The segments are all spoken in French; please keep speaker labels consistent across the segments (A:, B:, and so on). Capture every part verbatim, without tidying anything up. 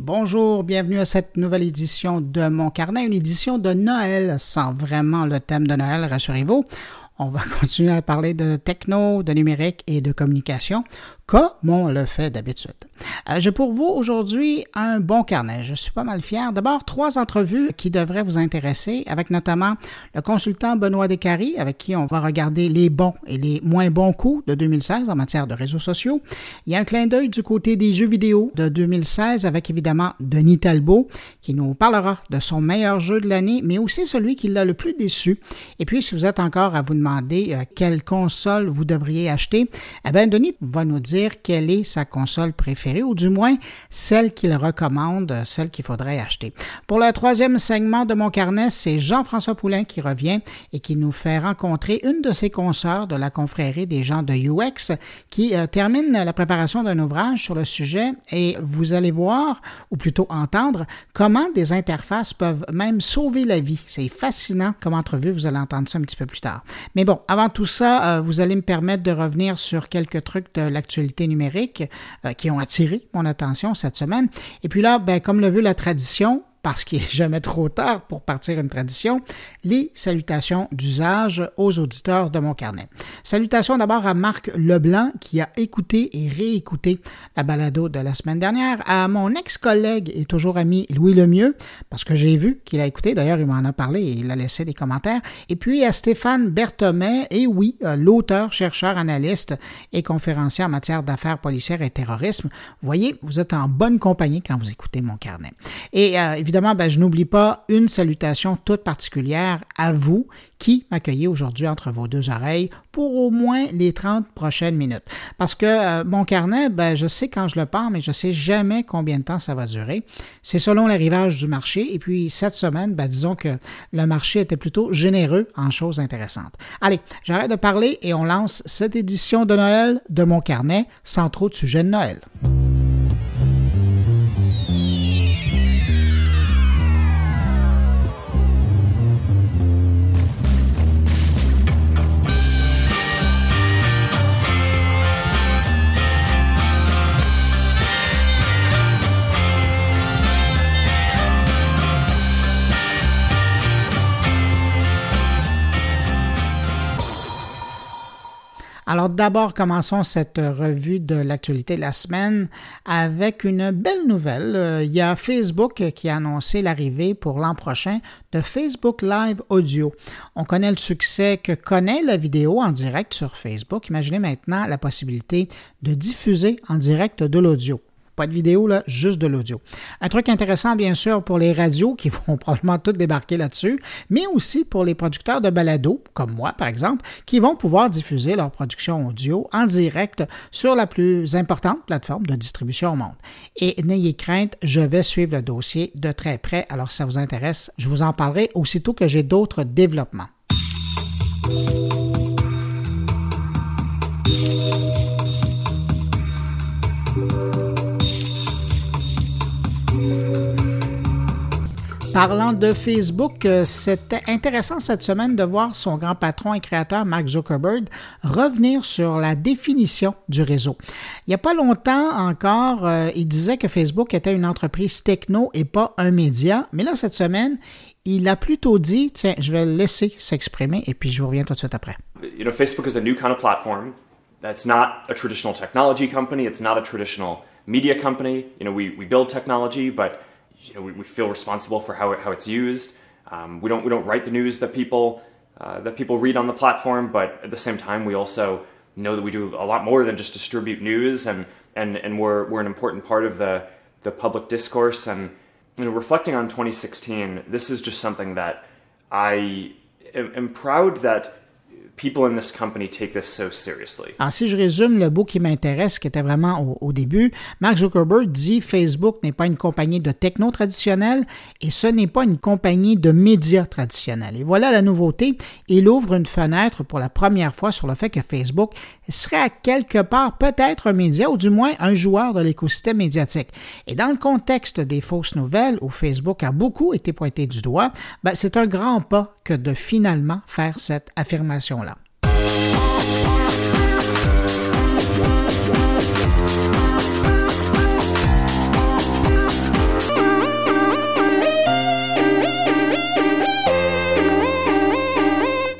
A: Bonjour, bienvenue à cette nouvelle édition de Mon Carnet, une édition de Noël sans vraiment le thème de Noël, rassurez-vous. On va continuer à parler de techno, de numérique et de communication, comme on le fait d'habitude. Euh, j'ai pour vous aujourd'hui un bon carnet. Je suis pas mal fier. D'abord, trois entrevues qui devraient vous intéresser, avec notamment le consultant Benoît Descaries, avec qui on va regarder les bons et les moins bons coups de deux mille seize en matière de réseaux sociaux. Il y a un clin d'œil du côté des jeux vidéo de deux mille seize, avec évidemment Denis Talbot, qui nous parlera de son meilleur jeu de l'année, mais aussi celui qui l'a le plus déçu. Et puis, si vous êtes encore à vous demander euh, quelle console vous devriez acheter, eh bien, Denis va nous dire quelle est sa console préférée, ou du moins celle qu'il recommande, celle qu'il faudrait acheter. Pour le troisième segment de Mon Carnet, c'est Jean-François Poulain qui revient et qui nous fait rencontrer une de ses consoeurs de la confrérie des gens de U X qui euh, termine la préparation d'un ouvrage sur le sujet, et vous allez voir, ou plutôt entendre, comment des interfaces peuvent même sauver la vie. C'est fascinant comme entrevue, vous allez entendre ça un petit peu plus tard. Mais bon, avant tout ça, euh, vous allez me permettre de revenir sur quelques trucs de l'actualité numérique euh, qui ont attiré mon attention cette semaine. Et puis là, ben, comme le veut la tradition, parce qu'il n'est jamais trop tard pour partir une tradition, les salutations d'usage aux auditeurs de Mon Carnet. Salutations d'abord à Marc Leblanc qui a écouté et réécouté la balado de la semaine dernière, à mon ex-collègue et toujours ami Louis Lemieux, parce que j'ai vu qu'il a écouté, d'ailleurs il m'en a parlé et il a laissé des commentaires, et puis à Stéphane Berthomet, et oui, l'auteur, chercheur, analyste et conférencier en matière d'affaires policières et terrorisme. Vous voyez, vous êtes en bonne compagnie quand vous écoutez Mon Carnet. Et euh, évidemment, Ben, je n'oublie pas une salutation toute particulière à vous qui m'accueillez aujourd'hui entre vos deux oreilles pour au moins les trente prochaines minutes. Parce que euh, mon carnet, ben, je sais quand je le pars, mais je ne sais jamais combien de temps ça va durer. C'est selon l'arrivage du marché. Et puis cette semaine, ben, disons que le marché était plutôt généreux en choses intéressantes. Allez, j'arrête de parler et on lance cette édition de Noël de Mon Carnet sans trop de sujets de Noël. Alors d'abord, commençons cette revue de l'actualité de la semaine avec une belle nouvelle. Il y a Facebook qui a annoncé l'arrivée pour l'an prochain de Facebook Live Audio. On connaît le succès que connaît la vidéo en direct sur Facebook. Imaginez maintenant la possibilité de diffuser en direct de l'audio. Pas de vidéo, là, juste de l'audio. Un truc intéressant, bien sûr, pour les radios qui vont probablement toutes débarquer là-dessus, mais aussi pour les producteurs de balado, comme moi, par exemple, qui vont pouvoir diffuser leur production audio en direct sur la plus importante plateforme de distribution au monde. Et n'ayez crainte, je vais suivre le dossier de très près. Alors, si ça vous intéresse, je vous en parlerai aussitôt que j'ai d'autres développements. Parlant de Facebook, c'était intéressant cette semaine de voir son grand patron et créateur Mark Zuckerberg revenir sur la définition du réseau. Il n'y a pas longtemps encore, euh, il disait que Facebook était une entreprise techno et pas un média, mais là cette semaine, il a plutôt dit, tiens, je vais le laisser s'exprimer et puis je vous reviens tout de suite après.
B: You know, Facebook is a new kind of platform. That's not a traditional technology company. It's not a traditional media company. You know, we, we build technology, but you know, we, we feel responsible for how it, how it's used. Um, we don't we don't write the news that people uh, that people read on the platform, but at the same time, we also know that we do a lot more than just distribute news, and and and we're we're an important part of the the public discourse. And you know, reflecting on twenty sixteen, this is just something that I am, am proud that people in this company take this so seriously.
A: Alors, si je résume le bout qui m'intéresse, qui était vraiment au, au début, Mark Zuckerberg dit Facebook n'est pas une compagnie de techno traditionnelle et ce n'est pas une compagnie de médias traditionnels. Et voilà la nouveauté. Il ouvre une fenêtre pour la première fois sur le fait que Facebook serait à quelque part peut-être un média ou du moins un joueur de l'écosystème médiatique. Et dans le contexte des fausses nouvelles où Facebook a beaucoup été pointé du doigt, ben, c'est un grand pas que de finalement faire cette affirmation-là.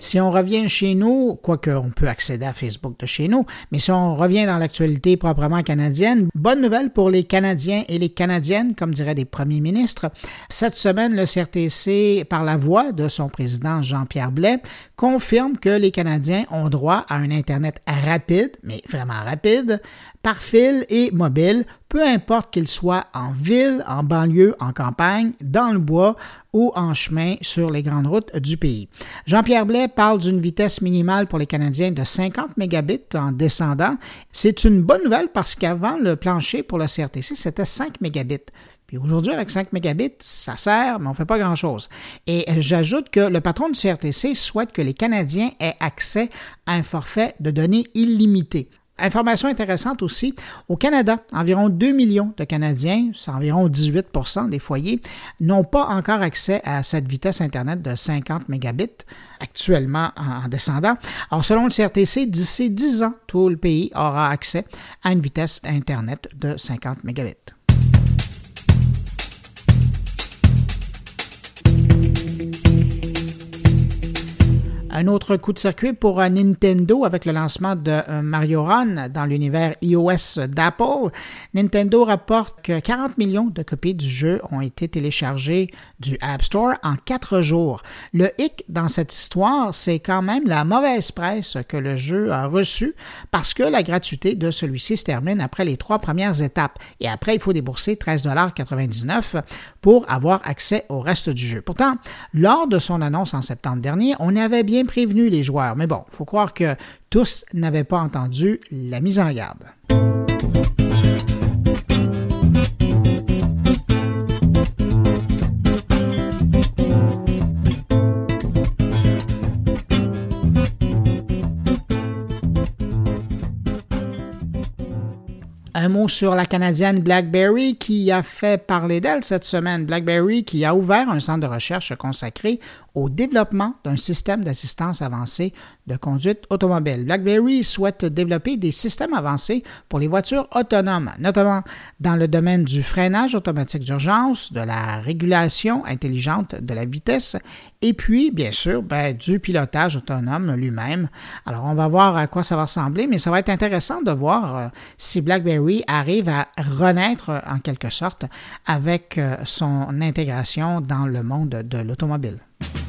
A: Si on revient chez nous, quoique on peut accéder à Facebook de chez nous, mais si on revient dans l'actualité proprement canadienne, bonne nouvelle pour les Canadiens et les Canadiennes, comme diraient des premiers ministres. Cette semaine, le C R T C, par la voix de son président Jean-Pierre Blais, confirme que les Canadiens ont droit à un Internet rapide, mais vraiment rapide, par fil et mobile, peu importe qu'il soit en ville, en banlieue, en campagne, dans le bois ou en chemin sur les grandes routes du pays. Jean-Pierre Blais parle d'une vitesse minimale pour les Canadiens de cinquante mégabits en descendant. C'est une bonne nouvelle parce qu'avant, le plancher pour le C R T C, c'était cinq mégabits. Puis aujourd'hui, avec cinq mégabits, ça sert, mais on ne fait pas grand-chose. Et j'ajoute que le patron du C R T C souhaite que les Canadiens aient accès à un forfait de données illimité. Information intéressante aussi, au Canada, environ deux millions de Canadiens, c'est environ dix-huit pour cent des foyers, n'ont pas encore accès à cette vitesse Internet de cinquante mégabits, actuellement en descendant. Alors, selon le C R T C, d'ici dix ans, tout le pays aura accès à une vitesse Internet de cinquante mégabits. Un autre coup de circuit pour Nintendo avec le lancement de Mario Run dans l'univers iOS d'Apple. Nintendo rapporte que quarante millions de copies du jeu ont été téléchargées du App Store en quatre jours. Le hic dans cette histoire, c'est quand même la mauvaise presse que le jeu a reçue parce que la gratuité de celui-ci se termine après les trois premières étapes. Et après, il faut débourser treize dollars quatre-vingt-dix-neuf pour avoir accès au reste du jeu. Pourtant, lors de son annonce en septembre dernier, on avait bien prévenu les joueurs. Mais bon, il faut croire que tous n'avaient pas entendu la mise en garde. Un mot sur la Canadienne BlackBerry qui a fait parler d'elle cette semaine. BlackBerry qui a ouvert un centre de recherche consacré au développement d'un système d'assistance avancée de conduite automobile. BlackBerry souhaite développer des systèmes avancés pour les voitures autonomes, notamment dans le domaine du freinage automatique d'urgence, de la régulation intelligente de la vitesse et puis, bien sûr, ben, du pilotage autonome lui-même. Alors, on va voir à quoi ça va ressembler, mais ça va être intéressant de voir euh, si BlackBerry arrive à renaître euh, en quelque sorte avec euh, son intégration dans le monde de l'automobile.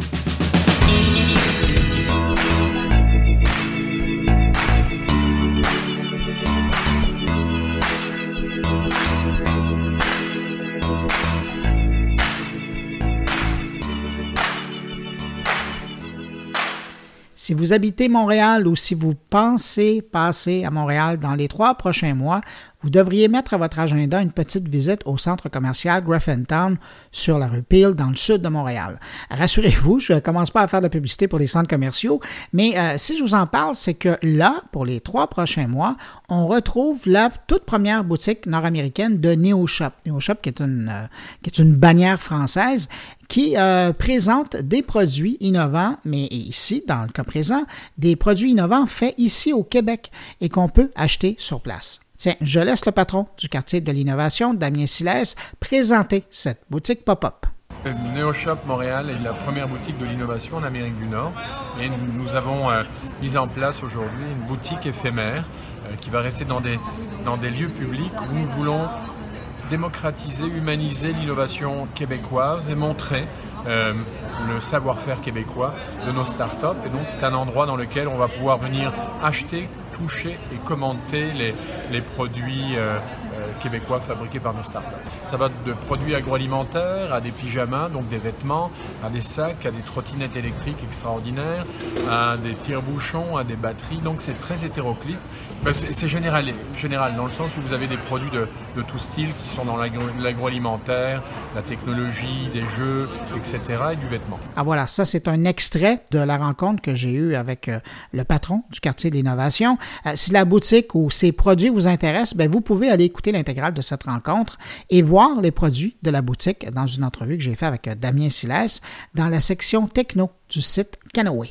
A: Si vous habitez Montréal ou si vous pensez passer à Montréal dans les trois prochains mois, vous devriez mettre à votre agenda une petite visite au centre commercial Griffintown sur la rue Peel dans le sud de Montréal. Rassurez-vous, je ne commence pas à faire de la publicité pour les centres commerciaux, mais euh, si je vous en parle, c'est que là, pour les trois prochains mois, on retrouve la toute première boutique nord-américaine de NeoShop. NeoShop qui est une, euh, qui est une bannière française qui euh, présente des produits innovants, mais ici, dans le cas présent, des produits innovants faits ici au Québec et qu'on peut acheter sur place. Tiens, je laisse le patron du quartier de l'innovation, Damien Silès, présenter cette boutique pop-up.
C: NeoShop Montréal est la première boutique de l'innovation en Amérique du Nord et nous avons euh, mis en place aujourd'hui une boutique éphémère euh, qui va rester dans des, dans des lieux publics où nous voulons démocratiser, humaniser l'innovation québécoise et montrer euh, le savoir-faire québécois de nos startups. Et donc c'est un endroit dans lequel on va pouvoir venir acheter, toucher et commenter les, les produits euh, euh, québécois fabriqués par nos startups. Ça va de produits agroalimentaires à des pyjamas, donc des vêtements, à des sacs, à des trottinettes électriques extraordinaires, à des tire-bouchons, à des batteries. Donc c'est très hétéroclite. C'est général, général dans le sens où vous avez des produits de, de tout style qui sont dans l'agro, l'agroalimentaire, la technologie, des jeux, et cetera et du vêtement.
A: Ah voilà, ça c'est un extrait de la rencontre que j'ai eue avec euh, le patron du quartier de l'innovation. Euh, si la boutique ou ces produits vous intéressent, ben, vous pouvez aller écouter l'intégrale de cette rencontre et voir les produits de la boutique dans une entrevue que j'ai faite avec euh, Damien Silès dans la section techno du site Canoë.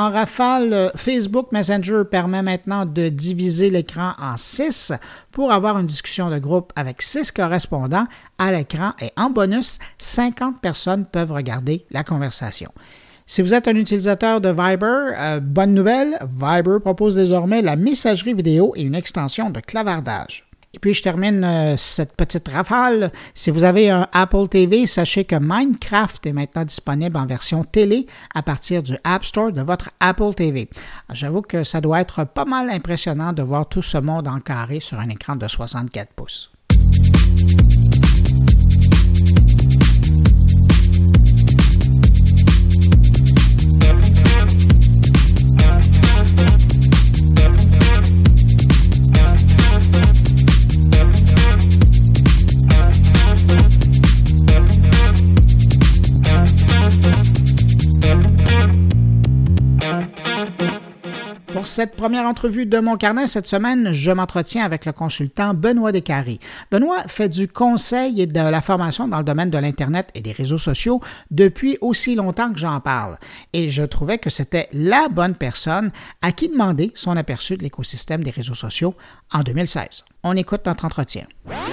A: En rafale, Facebook Messenger permet maintenant de diviser l'écran en six pour avoir une discussion de groupe avec six correspondants à l'écran et en bonus, cinquante personnes peuvent regarder la conversation. Si vous êtes un utilisateur de Viber, euh, bonne nouvelle, Viber propose désormais la messagerie vidéo et une extension de clavardage. Et puis, je termine euh, cette petite rafale. Si vous avez un Apple T V, sachez que Minecraft est maintenant disponible en version télé à partir du App Store de votre Apple T V. J'avoue que ça doit être pas mal impressionnant de voir tout ce monde en carré sur un écran de soixante-quatre pouces. Pour cette première entrevue de Mon Carnet cette semaine, je m'entretiens avec le consultant Benoît Descaries. Benoît fait du conseil et de la formation dans le domaine de l'Internet et des réseaux sociaux depuis aussi longtemps que j'en parle. Et je trouvais que c'était la bonne personne à qui demander son aperçu de l'écosystème des réseaux sociaux en deux mille seize. On écoute notre entretien.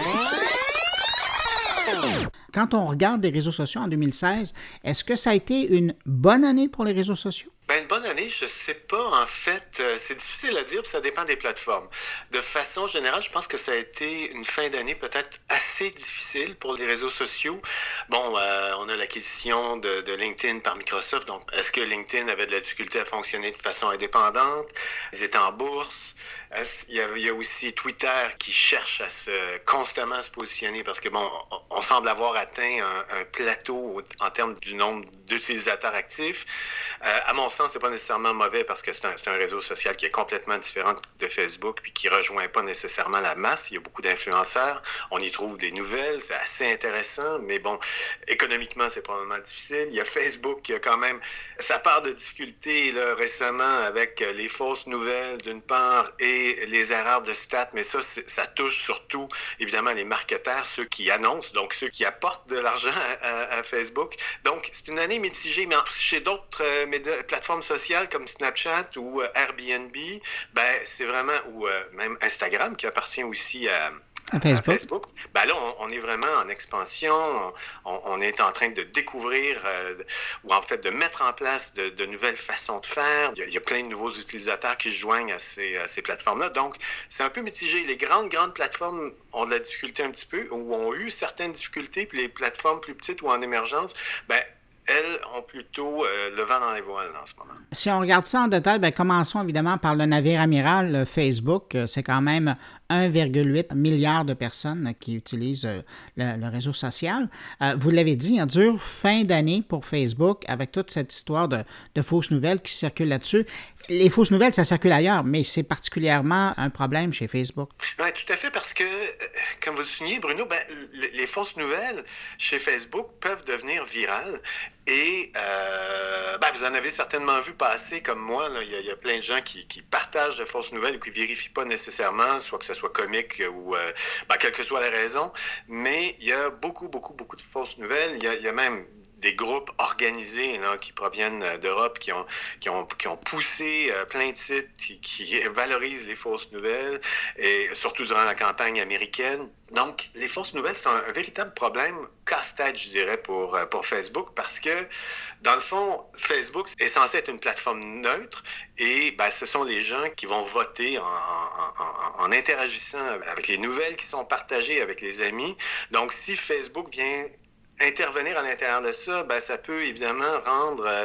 A: Quand on regarde les réseaux sociaux en deux mille seize, est-ce que ça a été une bonne année pour les réseaux sociaux?
D: Ben, une bonne année, je sais pas, en fait, euh, c'est difficile à dire, puis ça dépend des plateformes. De façon générale, je pense que ça a été une fin d'année peut-être assez difficile pour les réseaux sociaux. Bon, euh, on a l'acquisition de, de LinkedIn par Microsoft, donc est-ce que LinkedIn avait de la difficulté à fonctionner de façon indépendante? Ils étaient en bourse. Il y, a, il y a aussi Twitter qui cherche à se constamment à se positionner parce que bon, on, on semble avoir atteint un, un plateau en termes du nombre d'utilisateurs actifs. Euh, à mon sens, c'est pas nécessairement mauvais parce que c'est un, c'est un réseau social qui est complètement différent de Facebook puis qui rejoint pas nécessairement la masse. Il y a beaucoup d'influenceurs, on y trouve des nouvelles, c'est assez intéressant, mais bon, économiquement, c'est probablement difficile. Il y a Facebook qui a quand même sa part de difficulté là, récemment avec les fausses nouvelles d'une part et les erreurs de stats, mais ça, ça touche surtout, évidemment, les marketeurs, ceux qui annoncent, donc ceux qui apportent de l'argent à, à, à Facebook. Donc, c'est une année mitigée, mais chez d'autres euh, médias, plateformes sociales comme Snapchat ou euh, Airbnb, ben, c'est vraiment, ou euh, même Instagram, qui appartient aussi à...
A: Facebook.
D: À Facebook. Ben là, on, on est vraiment en expansion. On, on est en train de découvrir euh, ou en fait de mettre en place de, de nouvelles façons de faire. Il y, a, il y a plein de nouveaux utilisateurs qui se joignent à ces, à ces plateformes-là. Donc, c'est un peu mitigé. Les grandes, grandes plateformes ont de la difficulté un petit peu ou ont eu certaines difficultés. Puis les plateformes plus petites ou en émergence, ben elles ont plutôt euh, le vent dans les voiles en ce moment.
A: Si on regarde ça en détail, bien, commençons évidemment par le navire amiral Facebook. C'est quand même un virgule huit milliard de personnes qui utilisent le, le réseau social. Euh, vous l'avez dit, en dure fin d'année pour Facebook avec toute cette histoire de, de fausses nouvelles qui circulent là-dessus. Les fausses nouvelles, ça circule ailleurs, mais c'est particulièrement un problème chez Facebook.
D: Oui, tout à fait, parce que, comme vous le soulignez, Bruno, ben, les fausses nouvelles chez Facebook peuvent devenir virales. Et euh, ben, vous en avez certainement vu passer, comme moi, là, il, y a, il y a plein de gens qui, qui partagent de fausses nouvelles ou qui ne vérifient pas nécessairement, soit que ce soit comique ou euh, ben, quelle que soit la raison. Mais il y a beaucoup, beaucoup, beaucoup de fausses nouvelles. Il y a, il y a même des groupes organisés là, qui proviennent d'Europe, qui ont, qui ont, qui ont poussé euh, plein de sites qui, qui valorisent les fausses nouvelles, et surtout durant la campagne américaine. Donc, les fausses nouvelles, c'est un, un véritable problème casse-tête, je dirais, pour, pour Facebook, parce que, dans le fond, Facebook est censé être une plateforme neutre, et ben, ce sont les gens qui vont voter en, en, en, en interagissant avec les nouvelles qui sont partagées avec les amis. Donc, si Facebook vient intervenir à l'intérieur de ça, ben, ça peut évidemment rendre euh,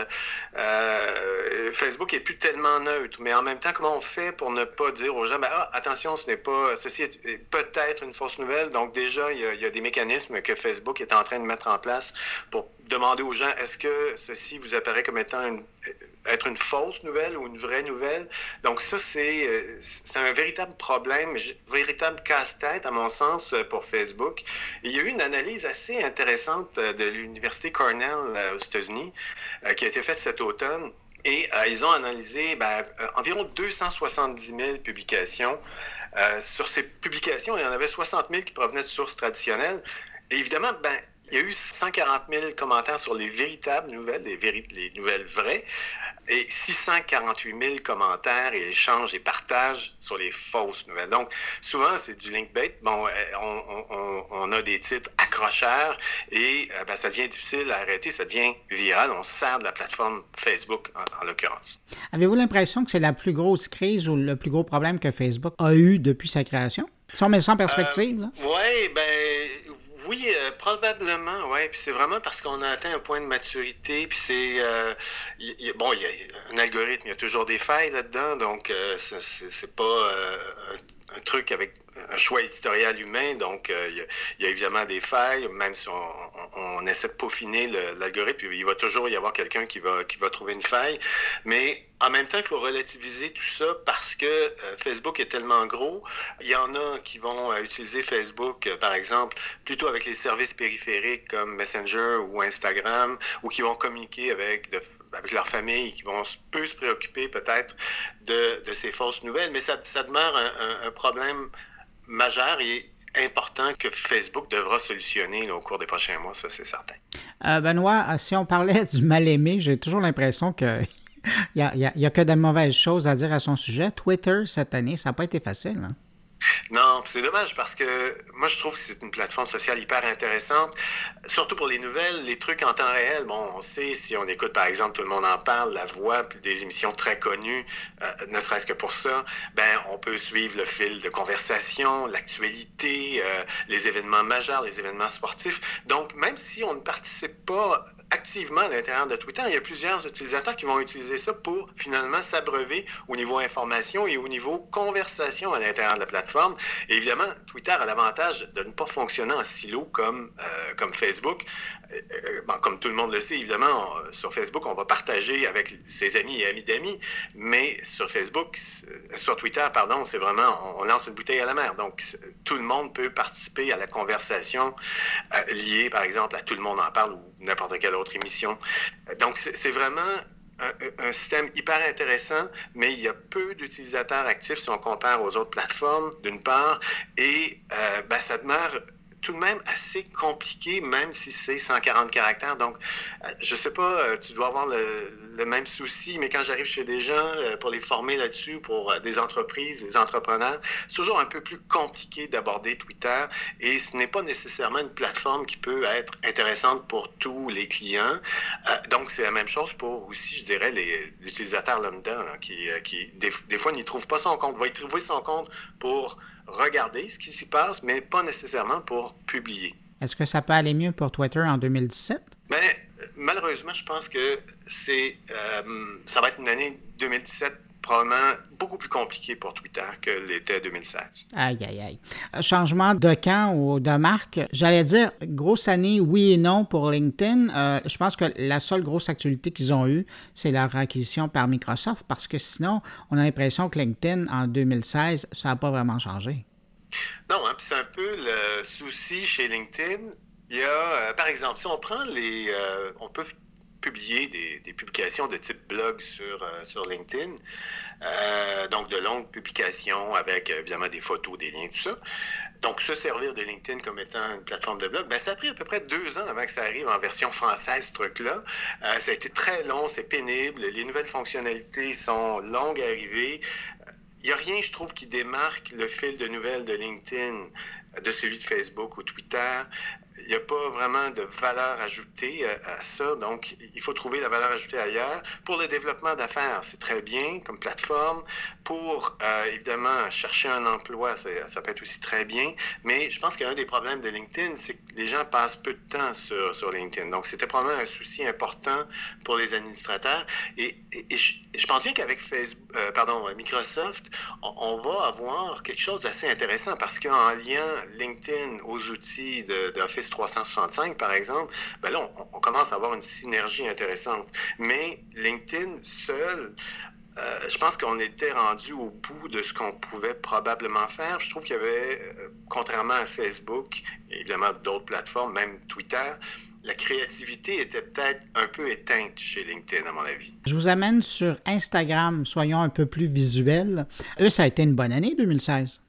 D: euh, Facebook est plus tellement neutre. Mais en même temps, comment on fait pour ne pas dire aux gens, ben, ah, attention, ce n'est pas, ceci est peut-être une fausse nouvelle. Donc déjà, il y, a, il y a des mécanismes que Facebook est en train de mettre en place pour demander aux gens, est-ce que ceci vous apparaît comme étant une, être une fausse nouvelle ou une vraie nouvelle? Donc ça, c'est, c'est un véritable problème, un véritable casse-tête, à mon sens, pour Facebook. Et il y a eu une analyse assez intéressante de l'Université Cornell aux États-Unis qui a été faite cet automne. Et euh, ils ont analysé ben, euh, environ deux cent soixante-dix mille publications. Euh, sur ces publications, il y en avait soixante mille qui provenaient de sources traditionnelles. Et évidemment, ben, il y a eu cent quarante mille commentaires sur les véritables nouvelles, les, véri- les nouvelles vraies. et six cent quarante-huit mille commentaires et échanges et partages sur les fausses nouvelles. Donc, souvent, c'est du linkbait. Bon, on, on, on a des titres accrocheurs et ben, ça devient difficile à arrêter, ça devient viral. On se sert de la plateforme Facebook, en, en l'occurrence.
A: Avez-vous l'impression que c'est la plus grosse crise ou le plus gros problème que Facebook a eu depuis sa création? Si on met ça en perspective,
D: euh,
A: là.
D: Oui, ben... Oui, euh, probablement, oui. Puis c'est vraiment parce qu'on a atteint un point de maturité. Puis c'est euh, y, y, bon, il y a un algorithme, il y a toujours des failles là-dedans, donc euh, c'est, c'est pas euh, un, un truc avec un choix éditorial humain. Donc euh, il, y a, il y a évidemment des failles, même si on, on, on essaie de peaufiner le, l'algorithme, il va toujours y avoir quelqu'un qui va qui va trouver une faille. Mais en même temps, il faut relativiser tout ça parce que euh, Facebook est tellement gros. Il y en a qui vont euh, utiliser Facebook, euh, par exemple, plutôt avec les services périphériques comme Messenger ou Instagram, ou qui vont communiquer avec, de, avec leur famille, qui vont peu se préoccuper peut-être de, de ces fausses nouvelles. Mais ça, ça demeure un, un, un problème majeur et important que Facebook devra solutionner là, au cours des prochains mois, ça c'est certain.
A: Euh, Benoît, si on parlait du mal-aimé, j'ai toujours l'impression que il n'y a, a, a que de mauvaises choses à dire à son sujet. Twitter, cette année, ça n'a pas été facile. Hein?
D: Non, c'est dommage parce que moi, je trouve que c'est une plateforme sociale hyper intéressante, surtout pour les nouvelles, les trucs en temps réel. Bon, on sait, si on écoute, par exemple, Tout le monde en parle, La Voix, puis des émissions très connues, euh, ne serait-ce que pour ça, ben, on peut suivre le fil de conversation, l'actualité, euh, les événements majeurs, les événements sportifs. Donc, même si on ne participe pas activement à l'intérieur de Twitter, il y a plusieurs utilisateurs qui vont utiliser ça pour finalement s'abreuver au niveau information et au niveau conversation à l'intérieur de la plateforme. Et évidemment, Twitter a l'avantage de ne pas fonctionner en silo comme, euh, comme Facebook. Euh, bon, comme tout le monde le sait, évidemment, on, sur Facebook, on va partager avec ses amis et amis d'amis, mais sur Facebook, sur Twitter, pardon, c'est vraiment, on, on lance une bouteille à la mer. Donc, tout le monde peut participer à la conversation euh, liée, par exemple, à Tout le monde en parle ou n'importe quelle autre émission. Donc, c'est, c'est vraiment un, un système hyper intéressant, mais il y a peu d'utilisateurs actifs si on compare aux autres plateformes, d'une part, et euh, ben, ça demeure tout de même assez compliqué, même si c'est cent quarante caractères. Donc, euh, je sais pas, euh, tu dois avoir le, le même souci, mais quand j'arrive chez des gens euh, pour les former là-dessus, pour euh, des entreprises, des entrepreneurs, c'est toujours un peu plus compliqué d'aborder Twitter et ce n'est pas nécessairement une plateforme qui peut être intéressante pour tous les clients. Euh, donc, c'est la même chose pour aussi, je dirais, les, l'utilisateur lambda hein, qui, euh, qui des, des fois, n'y trouve pas son compte, va y trouver son compte pour regarder ce qui s'y passe, mais pas nécessairement pour publier.
A: Est-ce que ça peut aller mieux pour Twitter en deux mille dix-sept?
D: Ben, malheureusement, je pense que c'est, euh, ça va être une année deux mille dix-sept probablement beaucoup plus compliquée pour Twitter que l'était deux mille seize.
A: Aïe, aïe, aïe. Changement de camp ou de marque, j'allais dire grosse année, oui et non pour LinkedIn. Euh, je pense que la seule grosse actualité qu'ils ont eue, c'est leur acquisition par Microsoft, parce que sinon, on a l'impression que LinkedIn, en deux mille seize, ça n'a pas vraiment changé.
D: Non, hein, puis c'est un peu le souci chez LinkedIn. Il y a, euh, par exemple, si on prend les... Euh, on peut publier des, des publications de type blog sur, euh, sur LinkedIn, euh, donc de longues publications avec évidemment des photos, des liens, tout ça. Donc, se servir de LinkedIn comme étant une plateforme de blog, ben, ça a pris à peu près deux ans avant que ça arrive en version française, ce truc-là. Euh, ça a été très long, c'est pénible, les nouvelles fonctionnalités sont longues à arriver. Il n'y a rien, je trouve, qui démarque le fil de nouvelles de LinkedIn de celui de Facebook ou Twitter. Il n'y a pas vraiment de valeur ajoutée à, à ça, donc il faut trouver la valeur ajoutée ailleurs. Pour le développement d'affaires, c'est très bien comme plateforme. Pour, euh, évidemment, chercher un emploi, ça, ça peut être aussi très bien. Mais je pense qu'un des problèmes de LinkedIn, c'est que les gens passent peu de temps sur, sur LinkedIn. Donc, c'était probablement un souci important pour les administrateurs. Et, et, et je, je pense bien qu'avec Facebook, euh, pardon, Microsoft, on, on va avoir quelque chose d'assez intéressant parce qu'en liant LinkedIn aux outils de, d'Office trois cent soixante-cinq, par exemple, ben là, on, on commence à avoir une synergie intéressante. Mais LinkedIn seul, euh, je pense qu'on était rendu au bout de ce qu'on pouvait probablement faire. Je trouve qu'il y avait, euh, contrairement à Facebook, et évidemment d'autres plateformes, même Twitter, la créativité était peut-être un peu éteinte chez LinkedIn, à mon avis.
A: Je vous amène sur Instagram, soyons un peu plus visuels. Eux, ça a été une bonne année, deux mille seize.
D: Oh oui,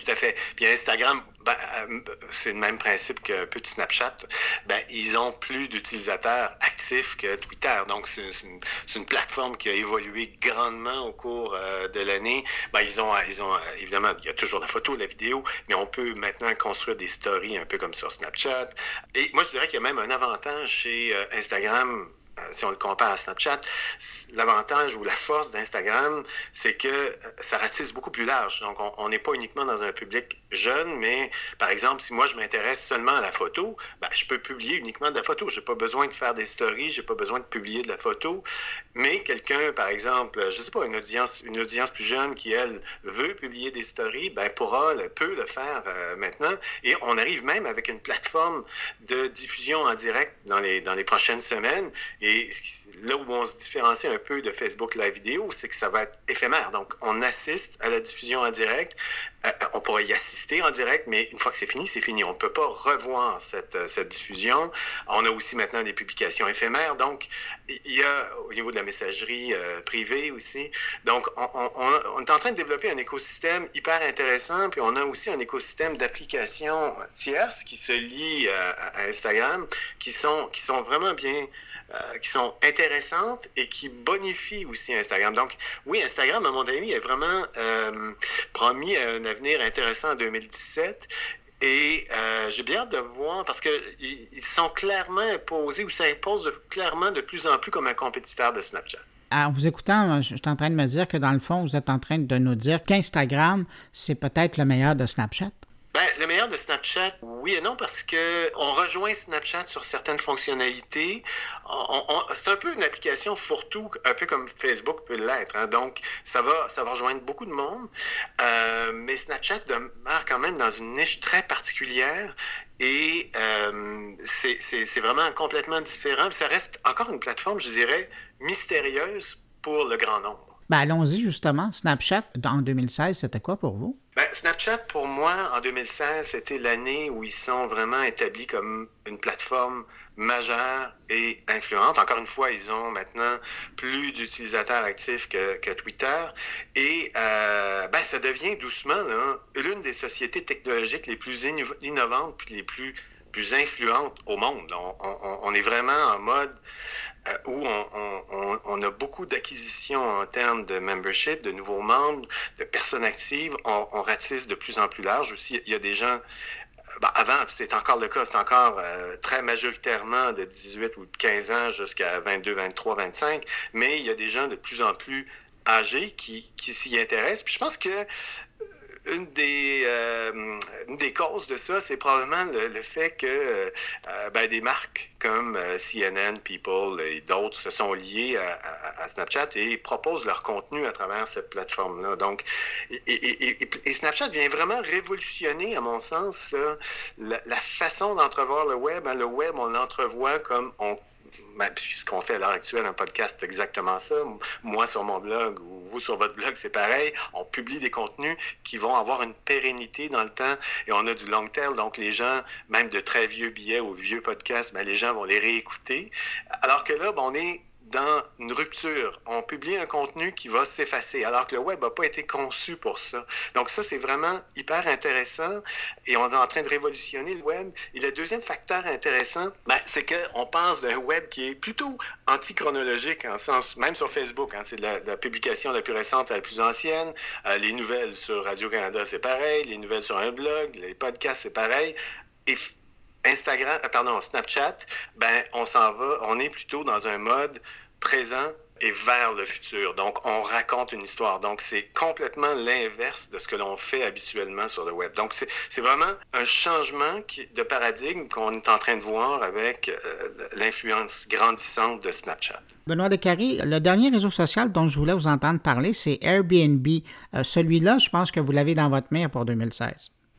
D: tout à fait. Puis Instagram, ben, c'est le même principe qu'un peu de Snapchat. Ben, ils ont plus d'utilisateurs actifs que Twitter. Donc, c'est, c'est, une, c'est une plateforme qui a évolué grandement au cours euh, de l'année. Ben, ils ont, ils ont, évidemment, il y a toujours la photo, la vidéo, mais on peut maintenant construire des stories un peu comme sur Snapchat. Et moi, je dirais qu'il y a même un avantage chez euh, Instagram. Si on le compare à Snapchat, l'avantage ou la force d'Instagram, c'est que ça ratisse beaucoup plus large. Donc, on n'est pas uniquement dans un public jeune, mais par exemple, si moi je m'intéresse seulement à la photo, ben, je peux publier uniquement de la photo. Je n'ai pas besoin de faire des stories, je n'ai pas besoin de publier de la photo. Mais quelqu'un, par exemple, je ne sais pas, une audience, une audience plus jeune qui, elle, veut publier des stories, ben, pourra, peut le faire euh, maintenant. Et on arrive même avec une plateforme de diffusion en direct dans les, dans les prochaines semaines. Et là où on se différencie un peu de Facebook Live Vidéo, c'est que ça va être éphémère. Donc, on assiste à la diffusion en direct. Euh, on pourra y assister en direct, mais une fois que c'est fini, c'est fini. On ne peut pas revoir cette, cette diffusion. On a aussi maintenant des publications éphémères. Donc, il y a au niveau de la messagerie euh, privée aussi. Donc, on, on, on est en train de développer un écosystème hyper intéressant. Puis, on a aussi un écosystème d'applications tierces qui se lient euh, à Instagram, qui sont, qui sont vraiment bien... Euh, qui sont intéressantes et qui bonifient aussi Instagram. Donc, oui, Instagram, à mon avis, a vraiment euh, promis un avenir intéressant en deux mille dix-sept. Et euh, j'ai bien hâte de voir, parce qu'ils sont clairement imposés, ou ça impose de, clairement de plus en plus comme un compétiteur de Snapchat.
A: En vous écoutant, je suis en train de me dire que dans le fond, vous êtes en train de nous dire qu'Instagram, c'est peut-être le meilleur de Snapchat.
D: Ben, le meilleur de Snapchat, oui et non, parce que on rejoint Snapchat sur certaines fonctionnalités. On, on, c'est un peu une application fourre-tout, un peu comme Facebook peut l'être. Hein. Donc, ça va, ça va rejoindre beaucoup de monde. Euh, mais Snapchat demeure quand même dans une niche très particulière. Et euh, c'est, c'est, c'est vraiment complètement différent. Ça reste encore une plateforme, je dirais, mystérieuse pour le grand nombre.
A: Ben, allons-y justement. Snapchat, en deux mille seize, c'était quoi pour vous?
D: Ben, Snapchat, pour moi, en deux mille seize, c'était l'année où ils sont vraiment établis comme une plateforme majeure et influente. Encore une fois, ils ont maintenant plus d'utilisateurs actifs que, que Twitter. Et euh, ben, ça devient doucement là, l'une des sociétés technologiques les plus inno- innovantes puis les plus, plus influentes au monde. On, on, on est vraiment en mode... Euh, où on, on, on a beaucoup d'acquisitions en termes de membership, de nouveaux membres, de personnes actives. On, on ratisse de plus en plus large aussi. Il y a des gens... Ben, avant, c'est encore le cas, c'est encore euh, très majoritairement de dix-huit ou de quinze ans jusqu'à vingt-deux, vingt-trois, vingt-cinq, mais il y a des gens de plus en plus âgés qui, qui s'y intéressent. Puis je pense que Une des, euh, une des causes de ça, c'est probablement le, le fait que euh, ben, des marques comme euh, C N N, People et d'autres se sont liés à, à, à Snapchat et proposent leur contenu à travers cette plateforme-là. Donc, et, et, et, et Snapchat vient vraiment révolutionner, à mon sens, là, la, la façon d'entrevoir le web. Hein, le web, on l'entrevoit comme on Ben, puis ce qu'on fait à l'heure actuelle, un podcast, c'est exactement ça. Moi, sur mon blog, ou vous, sur votre blog, c'est pareil. On publie des contenus qui vont avoir une pérennité dans le temps et on a du long tail. Donc, les gens, même de très vieux billets ou vieux podcasts, ben, les gens vont les réécouter. Alors que là, ben, on est dans une rupture. On publie un contenu qui va s'effacer, alors que le web n'a pas été conçu pour ça. Donc ça, c'est vraiment hyper intéressant et on est en train de révolutionner le web. Et le deuxième facteur intéressant, ben, c'est qu'on passe d'un web qui est plutôt antichronologique, en sens, même sur Facebook, hein, c'est de la, de la publication la plus récente à la plus ancienne. Euh, les nouvelles sur Radio-Canada, c'est pareil. Les nouvelles sur un blog, les podcasts, c'est pareil. Et Instagram, pardon, Snapchat, ben, on s'en va, on est plutôt dans un mode présent et vers le futur. Donc, on raconte une histoire. Donc, c'est complètement l'inverse de ce que l'on fait habituellement sur le web. Donc, c'est, c'est vraiment un changement qui, de paradigme qu'on est en train de voir avec euh, l'influence grandissante de Snapchat.
A: Benoît Descaries, le dernier réseau social dont je voulais vous entendre parler, c'est Airbnb. Euh, celui-là, je pense que vous l'avez dans votre mire pour deux mille seize.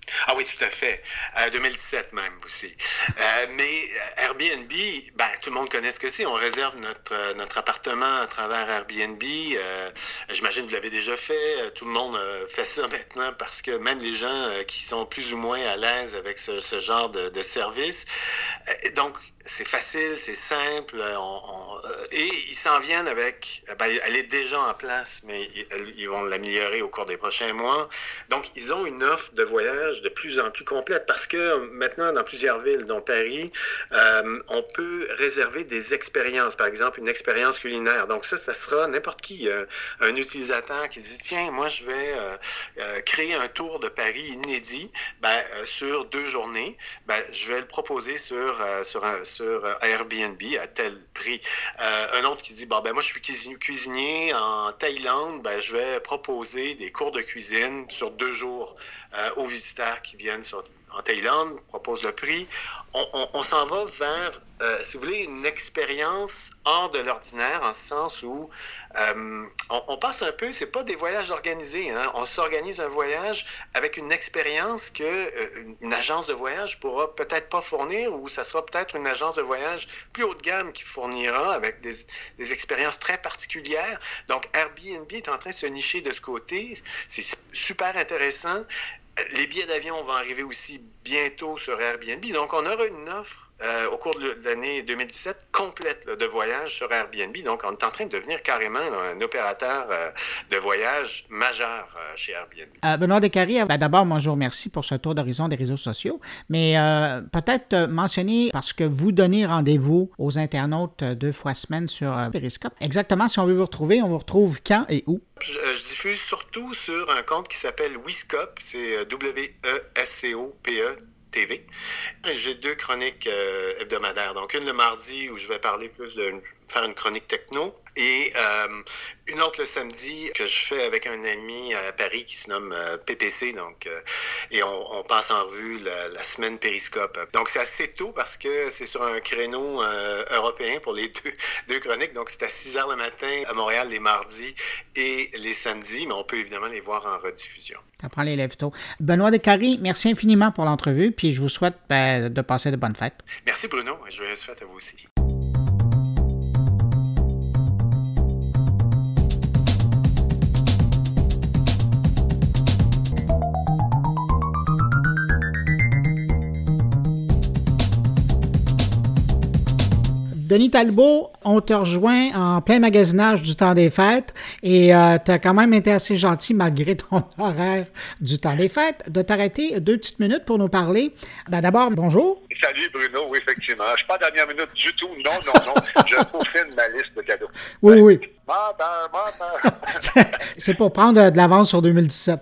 D: Ah oui, tout à fait. Euh, deux mille dix-sept même aussi. Euh, mais Airbnb, ben, tout le monde connaît ce que c'est. On réserve notre, notre appartement à travers Airbnb. Euh, j'imagine que vous l'avez déjà fait. Tout le monde euh, fait ça maintenant parce que même les gens euh, qui sont plus ou moins à l'aise avec ce, ce genre de, de service. Euh, donc, c'est facile, c'est simple. On, on, et ils s'en viennent avec... Ben, elle est déjà en place, mais ils, ils vont l'améliorer au cours des prochains mois. Donc, ils ont une offre de voyage de plus en plus complète parce que maintenant, dans plusieurs villes, dont Paris, euh, on peut réserver des expériences. Par exemple, une expérience culinaire. Donc ça, ça sera n'importe qui. Euh, un utilisateur qui dit, tiens, moi, je vais euh, euh, créer un tour de Paris inédit ben, euh, sur deux journées. Ben, je vais le proposer sur, euh, sur, un, sur Airbnb à tel prix. Euh, un autre qui dit, bon, ben moi, je suis cuisinier en Thaïlande. Ben, je vais proposer des cours de cuisine sur deux jours euh, aux visiteurs qui viennent sur, en Thaïlande, propose le prix. On, on, on s'en va vers, euh, si vous voulez, une expérience hors de l'ordinaire, en ce sens où euh, on, on passe un peu, c'est pas des voyages organisés, hein? On s'organise un voyage avec une expérience que euh, une agence de voyage pourra peut-être pas fournir, ou ça sera peut-être une agence de voyage plus haut de gamme qui fournira avec des, des expériences très particulières. Donc Airbnb est en train de se nicher de ce côté. C'est super intéressant. Les billets d'avion vont arriver aussi bientôt sur Airbnb. Donc, on aura une offre euh, au cours de l'année deux mille dix-sept complète là, de voyage sur Airbnb. Donc, on est en train de devenir carrément là, un opérateur euh, de voyage majeur euh, chez Airbnb.
A: Euh, Benoît Descaries, ben d'abord, moi, je vous remercie pour ce tour d'horizon des réseaux sociaux. Mais euh, peut-être euh, mentionner, parce que vous donnez rendez-vous aux internautes euh, deux fois semaine sur euh, Periscope. Exactement, si on veut vous retrouver, on vous retrouve quand et où?
D: Je, je diffuse surtout sur un compte qui s'appelle Wiscope, c'est W E S C O P E T V. J'ai deux chroniques euh, hebdomadaires, donc une le mardi où je vais parler plus de faire une chronique techno, et euh, une autre le samedi que je fais avec un ami à Paris qui se nomme euh, P P C, donc euh, et on, on passe en revue la, la semaine Périscope. Donc c'est assez tôt parce que c'est sur un créneau euh, européen pour les deux, deux chroniques, donc c'est à six heures le matin à Montréal les mardis et les samedis, mais on peut évidemment les voir en rediffusion.
A: Ça prend les lèvres tôt. Benoît Descaries, merci infiniment pour l'entrevue, puis je vous souhaite ben, de passer de bonnes fêtes.
D: Merci Bruno, et joyeuses fêtes à vous aussi.
A: Denis Talbot, on te rejoint en plein magasinage du temps des fêtes et euh, tu as quand même été assez gentil, malgré ton horaire du temps des fêtes, de t'arrêter deux petites minutes pour nous parler. Ben d'abord, bonjour.
E: Salut Bruno, oui, effectivement. Je ne suis pas à la dernière minute du tout. Non, non, non. Je peaufine ma liste de cadeaux.
A: Oui, oui.
E: Menteur, menteur.
A: C'est pour prendre de l'avance sur deux mille dix-sept.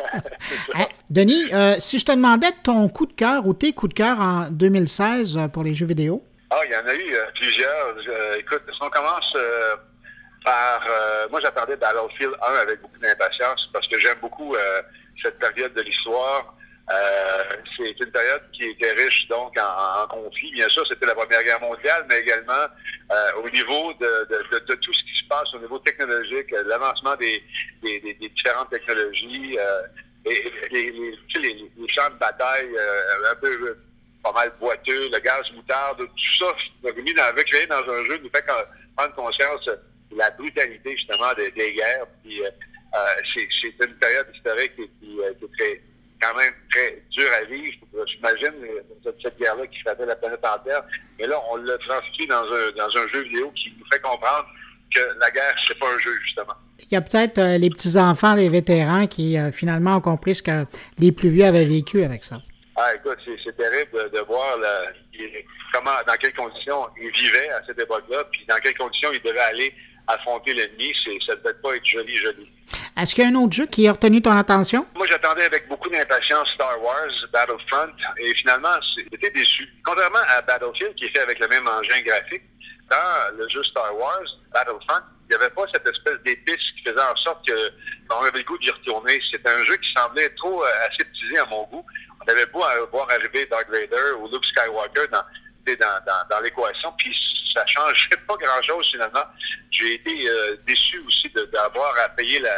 A: Hey, Denis, euh, si je te demandais ton coup de cœur ou tes coups de cœur en deux mille seize pour les jeux vidéo?
E: Ah, il y en a eu euh, plusieurs. Euh, écoute, si on commence euh, par... Euh, moi, j'attendais Battlefield un avec beaucoup d'impatience parce que j'aime beaucoup euh, cette période de l'histoire. Euh, c'est une période qui était riche, donc, en, en conflits. Bien sûr, c'était la Première Guerre mondiale, mais également euh, au niveau de, de, de, de tout ce qui se passe au niveau technologique, l'avancement des, des, des, des différentes technologies, euh, et, et, les, les, les, les champs de bataille euh, un peu... pas mal boiteux, le gaz moutarde, tout ça, mis dans, recréé dans un jeu, nous fait prendre conscience de la brutalité, justement, des, des guerres. Puis, euh, c'est, c'est une période historique qui, qui, qui est très, quand même très dure à vivre. J'imagine cette, cette guerre-là qui frappait la planète entière. Mais là, on l'a transcrit dans un, dans un jeu vidéo qui nous fait comprendre que la guerre, c'est pas un jeu, justement.
A: Il y a peut-être euh, les petits-enfants des vétérans qui, euh, finalement, ont compris ce que les plus vieux avaient vécu avec ça.
E: Ah, écoute, c'est, c'est terrible de, de voir la, les, comment, dans quelles conditions ils vivaient à cette époque-là, puis dans quelles conditions ils devaient aller affronter l'ennemi. C'est, ça ne peut pas être joli, joli.
A: Est-ce qu'il y a un autre jeu qui a retenu ton attention?
E: Moi, j'attendais avec beaucoup d'impatience Star Wars, Battlefront, et finalement, j'étais déçu. Contrairement à Battlefield, qui est fait avec le même engin graphique, dans le jeu Star Wars, Battlefront, il n'y avait pas cette espèce d'épice qui faisait en sorte qu'on avait le goût d'y retourner. C'était un jeu qui semblait trop euh, aseptisé à mon goût. On avait beau à voir arriver Darth Vader ou Luke Skywalker dans, dans, dans, dans l'équation, puis ça ne changeait pas grand-chose finalement. J'ai été euh, déçu aussi de, d'avoir à payer la,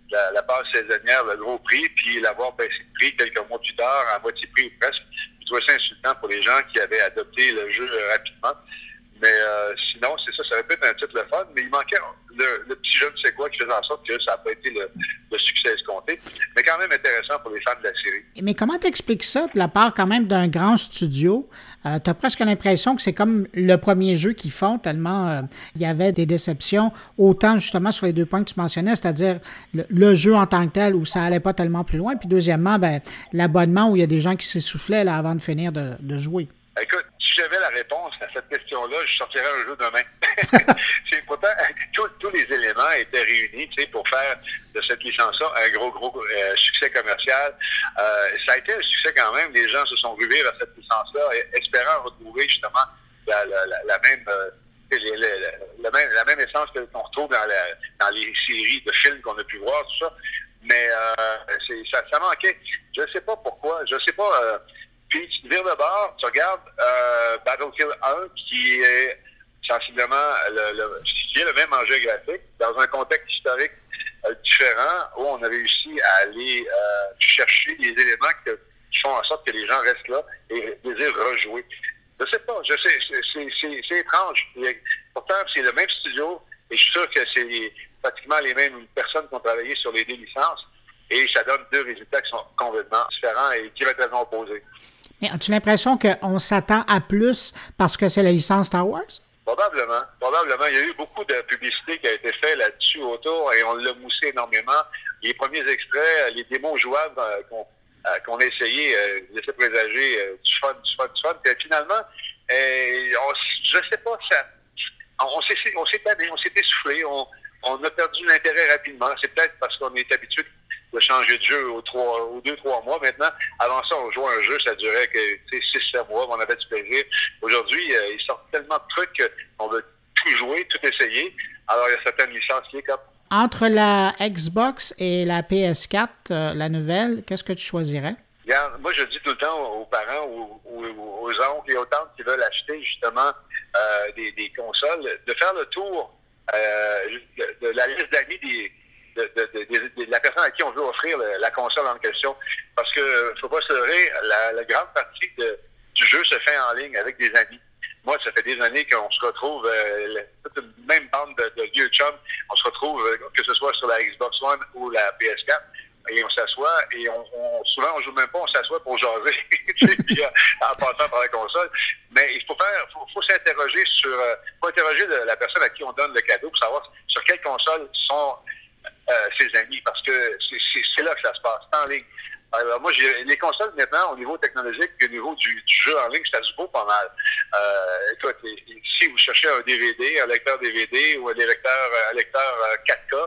E: la, la passe saisonnière, le gros prix, puis l'avoir baissé de prix quelques mois plus tard, à moitié prix ou presque. Je trouvais ça insultant pour les gens qui avaient adopté le jeu euh, rapidement. Mais euh, sinon, c'est ça, ça aurait pu être un titre le fun, mais il manquait le, le petit jeu de c'est quoi qui faisait en sorte que ça n'a pas été le, le succès escompté. Mais quand même intéressant pour les fans de la série.
A: Mais comment t'expliques ça de la part quand même d'un grand studio? Euh, t'as presque l'impression que c'est comme le premier jeu qu'ils font, tellement euh, il y avait des déceptions, autant justement sur les deux points que tu mentionnais, c'est-à-dire le, le jeu en tant que tel où ça allait pas tellement plus loin, puis deuxièmement, ben, l'abonnement où il y a des gens qui s'essoufflaient là, avant de finir de, de jouer.
E: Écoute, si j'avais la réponse à cette question-là, je sortirais un jeu demain. C'est pourtant, tous, tous les éléments étaient réunis, tu sais, pour faire de cette licence-là un gros, gros euh, succès commercial. Euh, ça a été un succès quand même. Les gens se sont ruvés vers cette licence-là, espérant retrouver justement la, la, la, la même... Euh, Les, les, les, la, même, la même essence que qu'on retrouve dans, la, dans les séries de films qu'on a pu voir, tout ça. Mais euh, c'est, ça, ça manquait. Je ne sais pas pourquoi. Je ne sais pas. Euh, puis tu vires de bord, tu regardes euh, Battlefield un, qui est sensiblement le, le, qui est le même enjeu graphique, dans un contexte historique euh, différent, où on a réussi à aller euh, chercher les éléments que, qui font en sorte que les gens restent là et désirent rejouer. Je sais pas, je sais, c'est, c'est, c'est, c'est étrange. Pourtant, c'est le même studio et je suis sûr que c'est les, pratiquement les mêmes personnes qui ont travaillé sur les deux licences et ça donne deux résultats qui sont complètement différents et diamétralement opposés.
A: Mais as-tu l'impression qu'on s'attend à plus parce que c'est la licence Star Wars?
E: Probablement. Probablement. Il y a eu beaucoup de publicité qui a été faite là-dessus autour et on l'a moussé énormément. Les premiers extraits, les démos jouables euh, qu'on Euh, qu'on a essayé euh, de laisser présager euh, du fun, du fun, du fun. Puis finalement, euh, on, je sais pas, ça, on, on s'est, on s'est tanné, on s'est essoufflé, on, on a perdu l'intérêt rapidement. C'est peut-être parce qu'on est habitué de changer de jeu aux trois, aux deux, trois mois. Maintenant, avant ça, on jouait un jeu, ça durait que six, sept mois, on avait du plaisir. Aujourd'hui, euh, ils sortent tellement de trucs qu'on veut tout jouer, tout essayer. Alors, il y a certaines licences qui est comme
A: Entre la Xbox et la P S quatre, euh, la nouvelle, qu'est-ce que tu choisirais?
E: Regarde, moi, je dis tout le temps aux parents, aux, aux, aux oncles et aux tantes qui veulent acheter justement euh, des, des consoles, de faire le tour euh, de, de la liste d'amis des, de, de, de, de, de la personne à qui on veut offrir le, la console en question. Parce que, faut pas se leurrer, la, la grande partie de, du jeu se fait en ligne avec des amis. Moi, ça fait des années qu'on se retrouve, euh, toute une même bande de, de vieux chums, on se retrouve, euh, que ce soit sur la Xbox One ou la P S quatre, et on s'assoit, et on, on souvent, on joue même pas, on s'assoit pour jaser, puis, euh, en passant par la console. Mais il faut faire, faut, faut s'interroger sur, euh, faut interroger de, la personne à qui on donne le cadeau pour savoir sur quelle console sont euh, ses amis, parce que c'est, c'est, c'est là que ça se passe, c'est en ligne. Alors moi, j'ai, les consoles maintenant, au niveau technologique et au niveau du, du jeu en ligne, ça se vaut pas mal. Euh, écoute, si vous cherchez un D V D, un lecteur D V D ou un lecteur, un lecteur quatre K,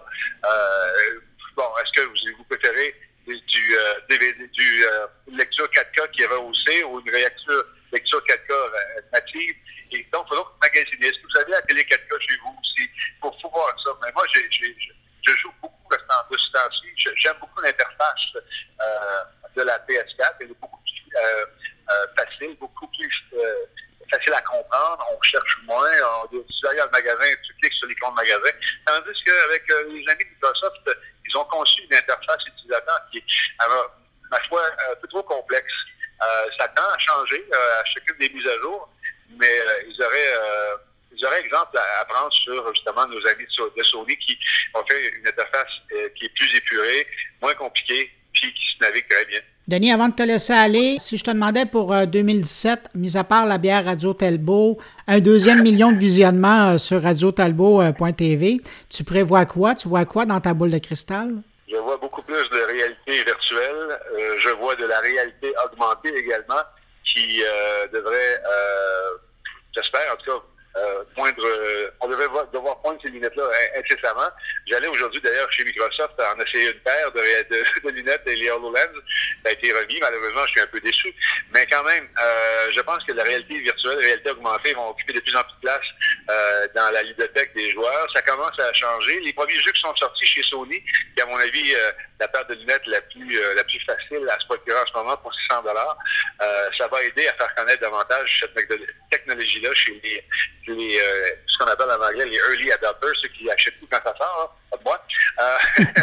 E: euh, bon, est-ce que vous, vous préférez du euh, D V D, du euh, lecture quatre K qui est rehaussée ou une lecture, lecture quatre K euh, native? Et donc, il faut donc magasiner. Est-ce que vous avez la télé quatre K chez vous aussi? Il faut, faut voir ça. Mais moi, j'ai, j'ai, je joue beaucoup de ce temps-ci. J'aime beaucoup l'interface euh, de la P S quatre. Elle est beaucoup plus euh, euh, facile, beaucoup plus euh, facile à comprendre. On cherche moins. On, tu vas aller dans le magasin, tu cliques sur l'icône magasin. Tandis qu'avec euh, les amis de Microsoft, ils ont conçu une interface utilisateur qui est, à ma foi, un peu trop complexe. Euh, ça tend à changer euh, à chacune des mises à jour, mais euh, ils auraient... Euh, Ils auraient exemple à prendre sur justement nos amis de Sony qui ont fait une interface euh, qui est plus épurée, moins compliquée, puis qui se navigue très bien.
A: Denis, avant de te laisser aller, si je te demandais pour euh, deux mille dix-sept, mis à part la bière Radio Talbot, un deuxième million de visionnements euh, sur radio talbot point t v, tu prévois quoi? Tu vois quoi dans ta boule de cristal?
E: Je vois beaucoup plus de réalité virtuelle. Euh, je vois de la réalité augmentée également qui euh, devrait, euh, j'espère en tout cas, Euh, poindre, euh, on devrait voir, devoir poindre ces lunettes-là incessamment. J'allais aujourd'hui d'ailleurs chez Microsoft en essayer une paire de, de, de lunettes et les HoloLens. Ça a été remis. Malheureusement, je suis un peu déçu. Mais quand même, euh, je pense que la réalité virtuelle, la réalité augmentée vont occuper de plus en plus de place euh, dans la ludothèque des joueurs. Ça commence à changer. Les premiers jeux qui sont sortis chez Sony, qui à mon avis, euh, la paire de lunettes la plus euh, la plus facile à se procurer en ce moment pour six cents dollars, euh, ça va aider à faire connaître davantage cette technologie-là chez les Les, euh, ce qu'on appelle en anglais les early adopters, ceux qui achètent tout quand ça sort, hein, pas de moi. Euh,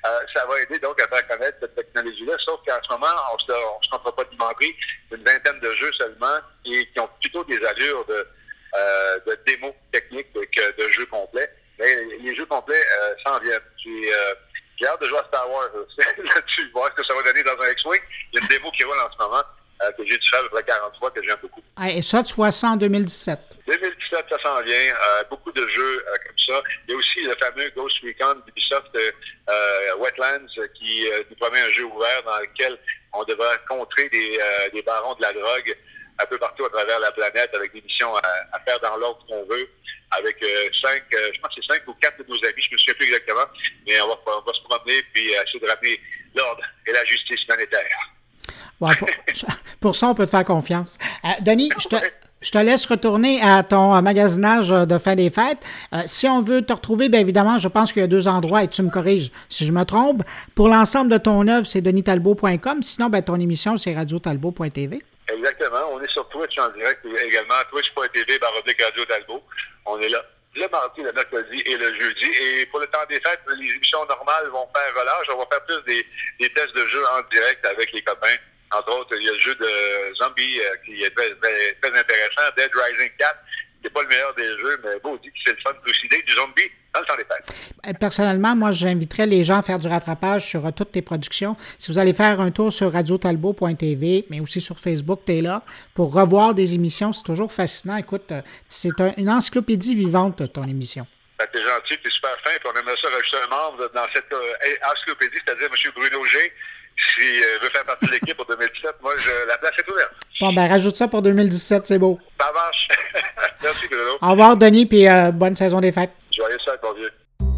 E: Euh, ça va aider donc à faire connaître cette technologie-là, sauf qu'en ce moment, on se, on se comptera pas d'imagerie, une vingtaine de jeux seulement et qui ont plutôt des allures de, euh, de démos techniques que de jeux complets. Mais les jeux complets euh, s'en viennent. J'ai, euh, j'ai hâte de jouer à Star Wars là-dessus, voir ce que ça va donner dans un X-Wing. Il y a une démo qui roule en ce moment euh, que j'ai dû faire à peu près quarante fois, que j'aime beaucoup.
A: Et ça, tu vois ça en deux mille dix-sept?
E: deux mille dix-sept, ça s'en vient. Euh, beaucoup de jeux euh, comme ça. Il y a aussi le fameux Ghost Recon d'Ubisoft euh, euh, Wetlands qui euh, nous promet un jeu ouvert dans lequel on devra contrer des, euh, des barons de la drogue un peu partout à travers la planète avec des missions à, à faire dans l'ordre qu'on veut. Avec euh, cinq, euh, je pense que c'est cinq ou quatre de nos amis, je me souviens plus exactement, mais on va, on va se promener puis essayer de ramener l'ordre et la justice planétaire.
A: Ouais, pour, pour ça, on peut te faire confiance. Euh, Denis, je te, je te laisse retourner à ton magasinage de fin des fêtes. Euh, si on veut te retrouver, bien évidemment, je pense qu'il y a deux endroits et tu me corriges si je me trompe. Pour l'ensemble de ton œuvre, c'est denis talbot point com. Sinon, ben, ton émission, c'est radio talbot point t v.
E: Exactement. On est sur Twitch en direct également, twitch point t v barre oblique Radio Talbot. On est là le mardi, le mercredi et le jeudi. Et pour le temps des fêtes, les émissions normales vont faire relâche. On va faire plus des, des tests de jeux en direct avec les copains. Entre autres, il y a le jeu de Zombie euh, qui est très, très, très intéressant, Dead Rising quatre. C'est pas le meilleur des jeux, mais bon, on dit que c'est le fun de trucider du zombie dans le temps des fêtes.
A: Personnellement, moi, j'inviterais les gens à faire du rattrapage sur uh, toutes tes productions. Si vous allez faire un tour sur radio talbot point t v, mais aussi sur Facebook, tu es là pour revoir des émissions. C'est toujours fascinant. Écoute, euh, c'est un, une encyclopédie vivante, ton émission.
E: Ben, t'es gentil, t'es super fin, puis on aimerait ça rajouter un membre dans cette euh, encyclopédie, c'est-à-dire M. Bruno G. S'il euh, veut faire partie de l'équipe pour deux mille dix-sept, moi, je, la place est ouverte.
A: Bon, ben, rajoute ça pour deux mille dix-sept, c'est beau.
E: Ça marche. Merci, Bruno.
A: Au revoir, Denis, puis euh, bonne saison des fêtes.
E: Joyeux fête, mon vieux.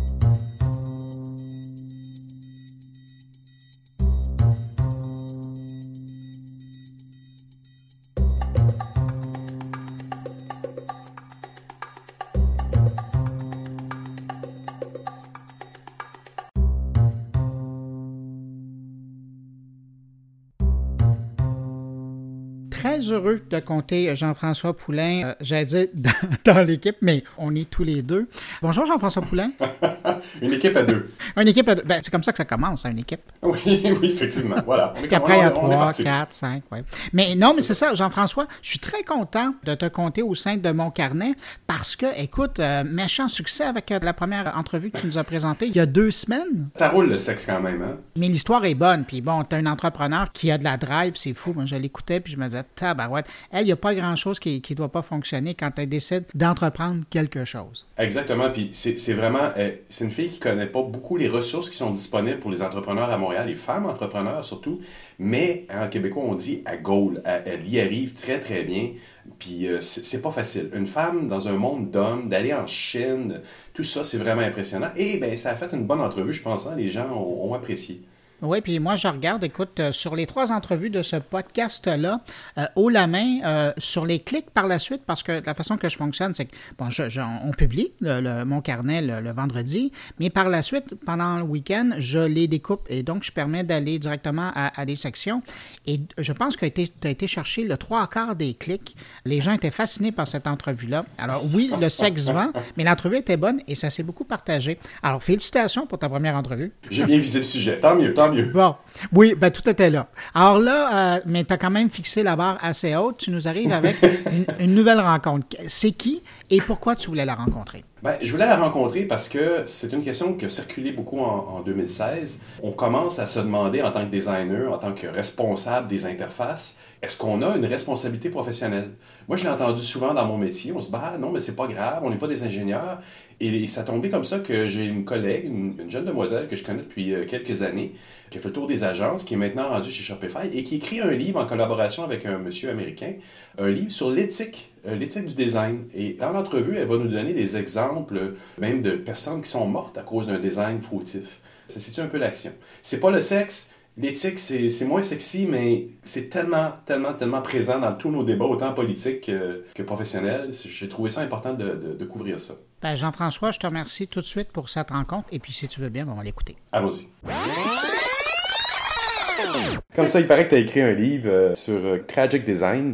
A: Très heureux de compter Jean-François Poulain, euh, j'allais dire dans, dans l'équipe, mais on est tous les deux. Bonjour Jean-François Poulain.
F: Une équipe à deux.
A: Une équipe à deux. Ben, c'est comme ça que ça commence, hein, une équipe.
F: Oui, oui, effectivement. Voilà.
A: Puis après, il y a trois, quatre, cinq, oui. Mais non, mais c'est ça, Jean-François, je suis très content de te compter au sein de mon carnet parce que, écoute, euh, méchant succès avec euh, la première entrevue que tu nous as présentée il y a deux semaines.
F: Ça roule le sexe quand même, hein?
A: Mais l'histoire est bonne. Puis bon, t'as un entrepreneur qui a de la drive, c'est fou. Moi, je l'écoutais, puis je me disais, tabarouette, il n'y a pas grand-chose qui ne doit pas fonctionner quand elle décide d'entreprendre quelque chose.
F: Exactement. Puis c'est, c'est vraiment, euh, c'est une fille qui ne connaît pas beaucoup les ressources qui sont disponibles pour les entrepreneurs à Montréal, les femmes entrepreneurs surtout. Mais en québécois, on dit à Gaulle. Elle, elle y arrive très, très bien. Puis euh, c'est, c'est pas facile. Une femme dans un monde d'hommes, d'aller en Chine, tout ça, c'est vraiment impressionnant. Et bien, ça a fait une bonne entrevue, je pense. Hein? Les gens ont, ont apprécié.
A: Oui, puis moi, je regarde, écoute, euh, sur les trois entrevues de ce podcast-là, euh, haut la main, euh, sur les clics par la suite, parce que la façon que je fonctionne, c'est que, bon, je, je, on publie le, le, mon carnet le, le vendredi, mais par la suite, pendant le week-end, je les découpe et donc je permets d'aller directement à, à des sections. Et je pense que tu as été chercher le trois quarts des clics. Les gens étaient fascinés par cette entrevue-là. Alors oui, le sexe vend, mais l'entrevue était bonne et ça s'est beaucoup partagé. Alors, félicitations pour ta première entrevue.
F: J'ai bien visé le sujet. Tant mieux, tant mieux.
A: Bon, oui, ben tout était là. Alors là, euh, mais tu as quand même fixé la barre assez haute. Tu nous arrives avec une, une nouvelle rencontre. C'est qui et pourquoi tu voulais la rencontrer?
F: Ben, je voulais la rencontrer parce que c'est une question qui a circulé beaucoup en, en deux mille seize. On commence à se demander en tant que designer, en tant que responsable des interfaces, est-ce qu'on a une responsabilité professionnelle? Moi, je l'ai entendu souvent dans mon métier. On se dit, ah, non, mais c'est pas grave, on n'est pas des ingénieurs. Et, et ça a tombé comme ça que j'ai une collègue, une, une jeune demoiselle que je connais depuis euh, quelques années, qui a fait le tour des agences, qui est maintenant rendue chez Shopify et qui écrit un livre en collaboration avec un monsieur américain, un livre sur l'éthique, euh, l'éthique du design. Et dans l'entrevue, elle va nous donner des exemples, même de personnes qui sont mortes à cause d'un design fautif. Ça situe un peu l'action. C'est pas le sexe. L'éthique, c'est, c'est moins sexy, mais c'est tellement, tellement, tellement présent dans tous nos débats, autant politiques que, que professionnels. J'ai trouvé ça important de, de, de couvrir ça.
A: Ben Jean-François, je te remercie tout de suite pour cette rencontre. Et puis, si tu veux bien, on va l'écouter.
F: Allons-y. Comme ça, il paraît que tu as écrit un livre euh, sur euh, Tragic Design.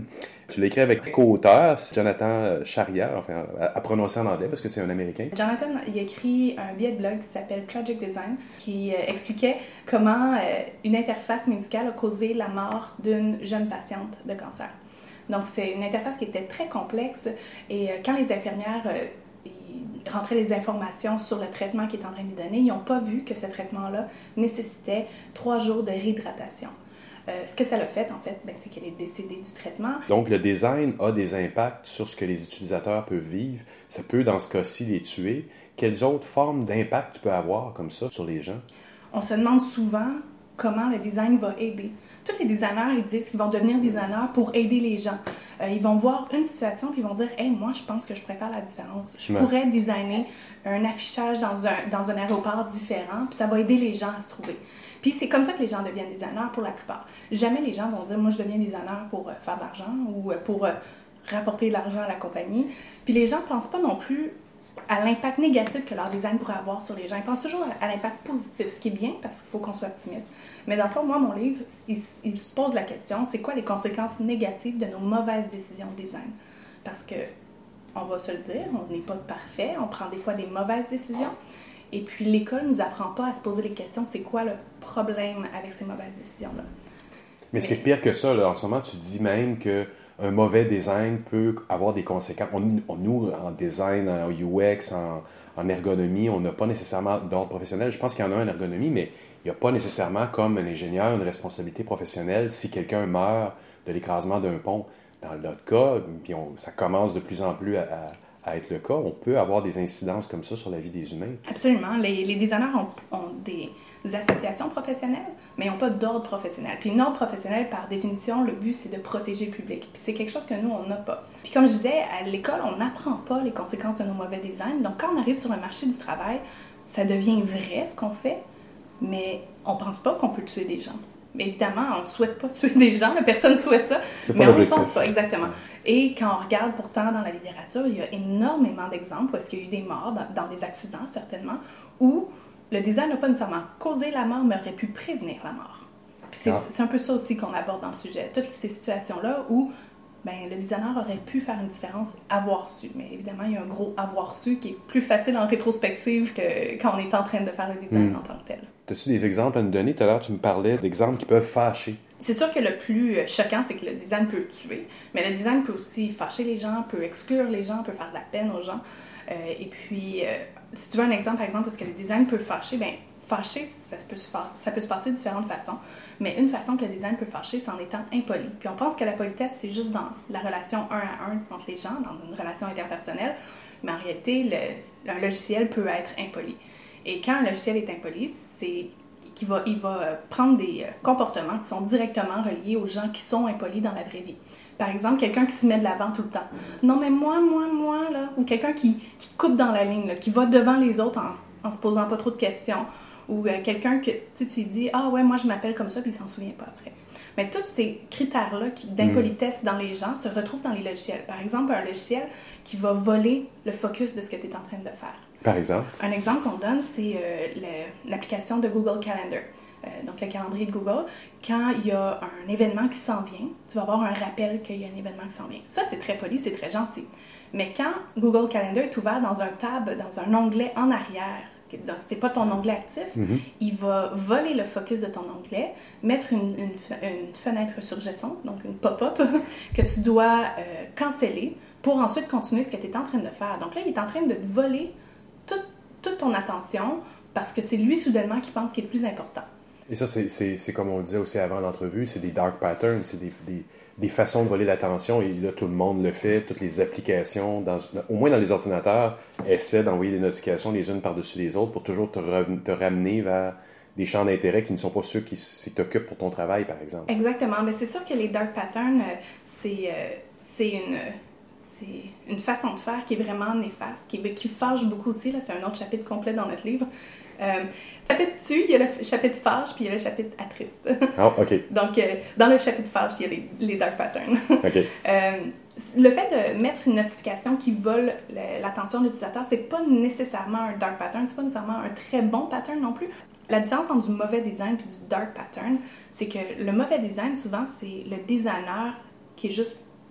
F: Tu l'as écrit avec co-auteur, c'est Jonathan Charrière, enfin, à, à prononcer en anglais parce que c'est un Américain.
G: Jonathan, il a écrit un billet de blog qui s'appelle Tragic Design, qui euh, expliquait comment euh, une interface médicale a causé la mort d'une jeune patiente de cancer. Donc, c'est une interface qui était très complexe et euh, quand les infirmières euh, rentraient les informations sur le traitement qu'il est en train de lui donner, ils n'ont pas vu que ce traitement-là nécessitait trois jours de réhydratation. Euh, ce que ça l'a fait, en fait, ben, c'est qu'elle est décédée du traitement.
F: Donc, le design a des impacts sur ce que les utilisateurs peuvent vivre. Ça peut, dans ce cas-ci, les tuer. Quelles autres formes d'impact tu peux avoir comme ça sur les gens?
G: On se demande souvent comment le design va aider. Tous les designers, ils disent qu'ils vont devenir designers pour aider les gens. Euh, ils vont voir une situation puis ils vont dire « Hey, moi, je pense que je pourrais faire la différence. Je ouais. pourrais designer un affichage dans un, dans un aéroport différent puis ça va aider les gens à se trouver. » Puis c'est comme ça que les gens deviennent designers pour la plupart. Jamais les gens vont dire « Moi, je deviens designer pour euh, faire de l'argent ou euh, pour euh, rapporter de l'argent à la compagnie. » Puis les gens ne pensent pas non plus à l'impact négatif que leur design pourrait avoir sur les gens. Ils pensent toujours à l'impact positif, ce qui est bien parce qu'il faut qu'on soit optimiste. Mais dans le fond, moi, mon livre, il, il se pose la question, c'est quoi les conséquences négatives de nos mauvaises décisions de design? Parce que, on va se le dire, on n'est pas parfait, on prend des fois des mauvaises décisions. Et puis, l'école ne nous apprend pas à se poser les questions, c'est quoi le problème avec ces mauvaises décisions-là?
F: Mais, Mais c'est pire que ça, là. En ce moment, tu dis même que un mauvais design peut avoir des conséquences. On, on, nous, en design, en U X, en, en ergonomie, on n'a pas nécessairement d'ordre professionnel. Je pense qu'il y en a un en ergonomie, mais il n'y a pas nécessairement, comme un ingénieur, une responsabilité professionnelle si quelqu'un meurt de l'écrasement d'un pont. Dans notre cas, puis on, ça commence de plus en plus à, à, à être le cas, on peut avoir des incidences comme ça sur la vie des humains. Absolument.
G: Les, les designers ont, ont des, des associations professionnelles, mais ils n'ont pas d'ordre professionnel. Puis une ordre professionnelle, par définition, le but, c'est de protéger le public. Puis c'est quelque chose que nous, on n'a pas. Puis comme je disais, à l'école, on n'apprend pas les conséquences de nos mauvais designs. Donc quand on arrive sur le marché du travail, ça devient vrai, ce qu'on fait, mais on ne pense pas qu'on peut tuer des gens. Mais évidemment, on ne souhaite pas tuer des gens, personne ne souhaite ça,
F: c'est
G: mais
F: pas
G: on ne pense pas, exactement. Et quand on regarde pourtant dans la littérature, il y a énormément d'exemples où est-ce qu'il y a eu des morts, dans, dans des accidents certainement, où le design n'a pas nécessairement causé la mort, mais aurait pu prévenir la mort. Puis c'est, ah. c'est un peu ça aussi qu'on aborde dans le sujet, toutes ces situations-là où ben, le designer aurait pu faire une différence, avoir su. Mais évidemment, il y a un gros avoir su qui est plus facile en rétrospective que quand on est en train de faire le design mmh. en tant que tel.
F: As-tu des exemples à nous donner? Tout à l'heure, tu me parlais d'exemples qui peuvent fâcher.
G: C'est sûr que le plus choquant, c'est que le design peut tuer, mais le design peut aussi fâcher les gens, peut exclure les gens, peut faire de la peine aux gens. Euh, et puis, euh, si tu veux un exemple, par exemple, parce que le design peut fâcher, bien, fâcher, ça peut, se fa- ça peut se passer de différentes façons, mais une façon que le design peut fâcher, c'est en étant impoli. Puis on pense que la politesse, c'est juste dans la relation un à un entre les gens, dans une relation interpersonnelle, mais en réalité, le, un logiciel peut être impoli. Et quand un logiciel est impoli, c'est qu'il va, il va prendre des comportements qui sont directement reliés aux gens qui sont impolis dans la vraie vie. Par exemple, quelqu'un qui se met de l'avant tout le temps. Non, mais moi, moi, moi, là. Ou quelqu'un qui, qui coupe dans la ligne, là, qui va devant les autres en, en se posant pas trop de questions. Ou euh, quelqu'un que tu lui dis « Ah ouais, moi je m'appelle comme ça », puis il s'en souvient pas après. Mais tous ces critères-là qui, d'impolitesse mmh. dans les gens se retrouvent dans les logiciels. Par exemple, un logiciel qui va voler le focus de ce que tu es en train de faire.
F: Par exemple?
G: Un exemple qu'on donne, c'est euh, le, l'application de Google Calendar. Euh, donc, le calendrier de Google. Quand il y a un événement qui s'en vient, tu vas avoir un rappel qu'il y a un événement qui s'en vient. Ça, c'est très poli, c'est très gentil. Mais quand Google Calendar est ouvert dans un tab, dans un onglet en arrière, donc c'est pas ton onglet actif, mm-hmm. il va voler le focus de ton onglet, mettre une, une, une fenêtre surgissante, donc une pop-up, que tu dois euh, canceller pour ensuite continuer ce que tu es en train de faire. Donc là, il est en train de te voler toute, toute ton attention parce que c'est lui, soudainement, qui pense qu'il est le plus important.
F: Et ça, c'est, c'est, c'est comme on disait aussi avant l'entrevue, c'est des dark patterns, c'est des, des, des façons de voler l'attention, et là, tout le monde le fait, toutes les applications, dans, au moins dans les ordinateurs, essaient d'envoyer des notifications les unes par-dessus les autres pour toujours te, re, te ramener vers des champs d'intérêt qui ne sont pas ceux qui, qui t'occupent pour ton travail, par exemple.
G: Exactement, mais c'est sûr que les dark patterns, c'est, euh, c'est une... C'est une façon de faire qui est vraiment néfaste, qui, qui fâche beaucoup aussi. Là, c'est un autre chapitre complet dans notre livre. Euh, chapitre tu, il y a le chapitre fâche, puis il y a le chapitre attriste.
F: Ah, oh, OK.
G: Donc, euh, dans le chapitre fâche, il y a les, les dark patterns.
F: OK.
G: euh, le fait de mettre une notification qui vole l'attention de l'utilisateur, c'est pas nécessairement un dark pattern, c'est pas nécessairement un très bon pattern non plus. La différence entre du mauvais design et du dark pattern, c'est que le mauvais design, souvent, c'est le designer qui est juste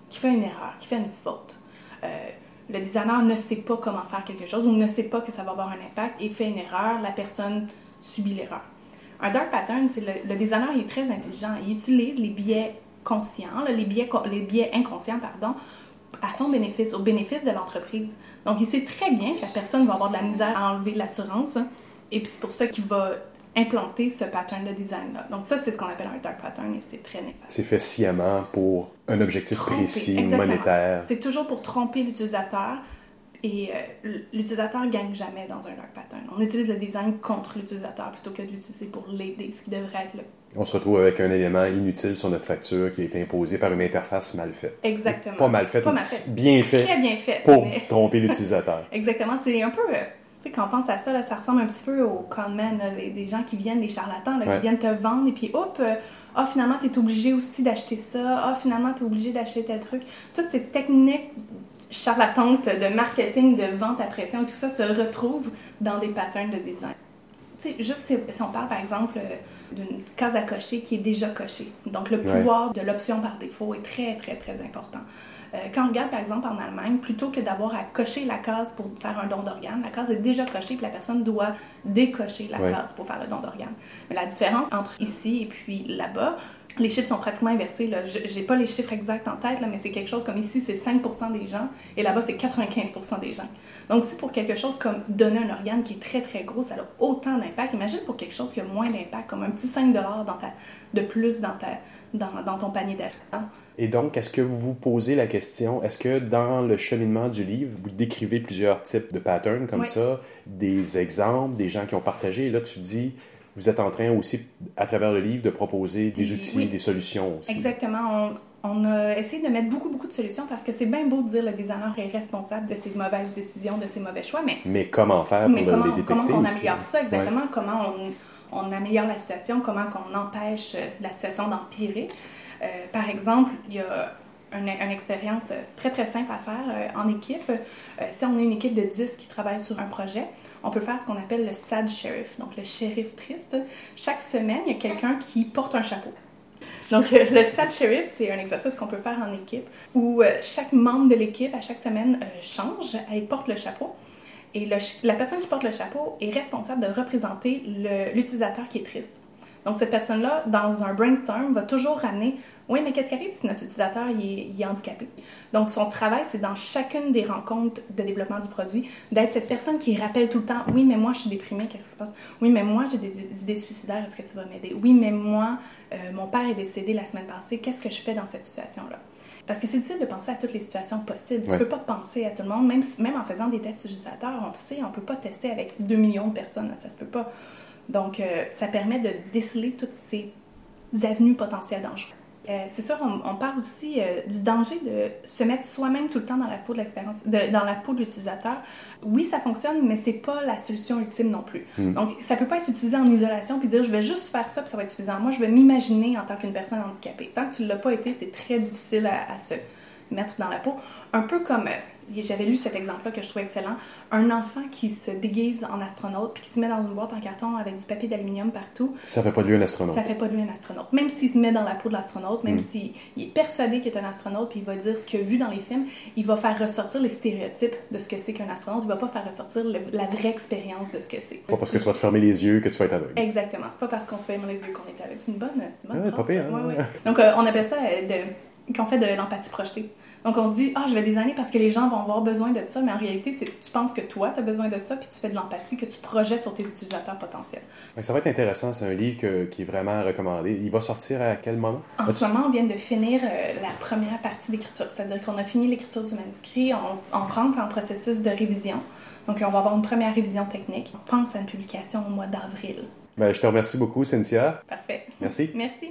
G: qui fait une erreur, qui fait une faute. Euh, le designer ne sait pas comment faire quelque chose ou ne sait pas que ça va avoir un impact et fait une erreur, la personne subit l'erreur. Un dark pattern, c'est le, le designer il est très intelligent. Il utilise les biais conscients, là, les, biais, les biais inconscients, pardon, à son bénéfice, au bénéfice de l'entreprise. Donc, il sait très bien que la personne va avoir de la misère à enlever l'assurance. Et puis, c'est pour ça qu'il va implanter ce pattern de design-là. Donc, ça, c'est ce qu'on appelle un dark pattern et c'est très néfaste.
F: C'est fait sciemment pour un objectif tromper, précis, exactement. Monétaire.
G: C'est toujours pour tromper l'utilisateur. Et euh, l'utilisateur ne gagne jamais dans un dark pattern. On utilise le design contre l'utilisateur plutôt que de l'utiliser pour l'aider, ce qui devrait être le...
F: On se retrouve avec un élément inutile sur notre facture qui a été imposé par une interface mal faite.
G: Exactement.
F: Pas mal faite,
G: Pas mal fait.
F: bien fait.
G: Très bien fait.
F: Pour
G: mais...
F: tromper l'utilisateur.
G: Exactement. C'est un peu... Euh, tu sais, quand on pense à ça, là, ça ressemble un petit peu aux conmen, là, les, des gens qui viennent, les charlatans, là, ouais. qui viennent te vendre et puis hop, euh, ah, finalement, tu es obligé aussi d'acheter ça. Ah, finalement, tu es obligé d'acheter tel truc. Toutes ces techniques charlatantes de marketing, de vente à pression, tout ça se retrouve dans des patterns de design. Tu sais, juste si, si on parle par exemple d'une case à cocher qui est déjà cochée. Donc le pouvoir ouais. de l'option par défaut est très très très important. Euh, quand on regarde par exemple en Allemagne, plutôt que d'avoir à cocher la case pour faire un don d'organe, la case est déjà cochée puis la personne doit décocher la ouais. case pour faire le don d'organe. Mais la différence entre ici et puis là-bas, les chiffres sont pratiquement inversés. Là. Je n'ai pas les chiffres exacts en tête, là, mais c'est quelque chose comme ici, c'est cinq pour cent des gens, et là-bas, c'est quatre-vingt-quinze pour cent des gens. Donc, si pour quelque chose comme donner un organe qui est très, très gros, ça a autant d'impact, imagine pour quelque chose qui a moins d'impact, comme un petit cinq dollars dans ta, de plus dans, ta, dans, dans ton panier d'argent.
F: Et donc, est-ce que vous vous posez la question, est-ce que dans le cheminement du livre, vous décrivez plusieurs types de patterns comme oui. ça, des exemples, des gens qui ont partagé, et là, tu dis... Vous êtes en train aussi, à travers le livre, de proposer des outils, oui. des solutions aussi.
G: Exactement. On, on a essayé de mettre beaucoup, beaucoup de solutions parce que c'est bien beau de dire que le designer est responsable de ses mauvaises décisions, de ses mauvais choix, mais...
F: Mais comment faire pour
G: mais comment,
F: les détecter
G: comment on
F: aussi,
G: améliore ça exactement?
F: Ouais.
G: Comment on, on améliore la situation? Comment on empêche la situation d'empirer? Euh, par exemple, il y a... Une, une expérience très, très simple à faire euh, en équipe. Euh, si on est une équipe de dix qui travaille sur un projet, on peut faire ce qu'on appelle le sad sheriff, donc le shérif triste. Chaque semaine, il y a quelqu'un qui porte un chapeau. Donc, euh, le sad sheriff, c'est un exercice qu'on peut faire en équipe où euh, chaque membre de l'équipe, à chaque semaine, euh, change, elle porte le chapeau. Et le, la personne qui porte le chapeau est responsable de représenter le, l'utilisateur qui est triste. Donc, cette personne-là, dans un brainstorm, va toujours ramener « Oui, mais qu'est-ce qui arrive si notre utilisateur il est, il est handicapé? » Donc, son travail, c'est dans chacune des rencontres de développement du produit, d'être cette personne qui rappelle tout le temps « Oui, mais moi, je suis déprimée, qu'est-ce qui se passe? Oui, mais moi, j'ai des idées suicidaires, est-ce que tu vas m'aider? Oui, mais moi, euh, mon père est décédé la semaine passée, qu'est-ce que je fais dans cette situation-là? » Parce que c'est difficile de penser à toutes les situations possibles. Ouais. Tu ne peux pas penser à tout le monde, même, même en faisant des tests utilisateurs, on le sait, on ne peut pas tester avec deux millions de personnes, ça ne se peut pas. Donc, euh, ça permet de déceler toutes ces avenues potentielles dangereuses. Euh, c'est sûr, on, on parle aussi euh, du danger de se mettre soi-même tout le temps dans la peau de l'expérience, de, dans la peau de l'utilisateur. Oui, ça fonctionne, mais c'est pas la solution ultime non plus. Mm. Donc, ça peut pas être utilisé en isolation puis dire je vais juste faire ça puis ça va être suffisant. Moi, je vais m'imaginer en tant qu'une personne handicapée. Tant que tu l'as pas été, c'est très difficile à, à se mettre dans la peau. Un peu comme... Euh, J'avais lu cet exemple-là que je trouvais excellent. Un enfant qui se déguise en astronaute puis qui se met dans une boîte en carton avec du papier d'aluminium partout.
F: Ça fait pas de lui un astronaute.
G: Ça fait pas de lui un astronaute. Même s'il se met dans la peau de l'astronaute, même mm. s'il est persuadé qu'il est un astronaute puis il va dire ce qu'il a vu dans les films, il va faire ressortir les stéréotypes de ce que c'est qu'un astronaute. Il va pas faire ressortir le, la vraie expérience de ce que c'est.
F: Pas parce que tu vas te fermer les yeux que tu vas être aveugle.
G: Exactement. C'est pas parce qu'on se ferme les yeux qu'on est aveugle. C'est une bonne, c'est une bonne
F: ouais,
G: phrase.
F: Pas pire,
G: ouais,
F: hein?
G: ouais. Donc, euh, on appelle ça euh, de... qu'on fait de l'empathie projetée. Donc, on se dit, ah, je vais designer parce que les gens vont avoir besoin de ça, mais en réalité, c'est, tu penses que toi, tu as besoin de ça, puis tu fais de l'empathie que tu projettes sur tes utilisateurs potentiels.
F: Ça va être intéressant. C'est un livre que, qui est vraiment recommandé. Il va sortir à quel moment?
G: En As-tu... ce moment, on vient de finir euh, la première partie d'écriture, c'est-à-dire qu'on a fini l'écriture du manuscrit, on, on rentre en processus de révision. Donc, on va avoir une première révision technique. On pense à une publication au mois d'avril.
F: Ben, je te remercie beaucoup, Cynthia.
G: Parfait.
F: Merci.
G: Merci.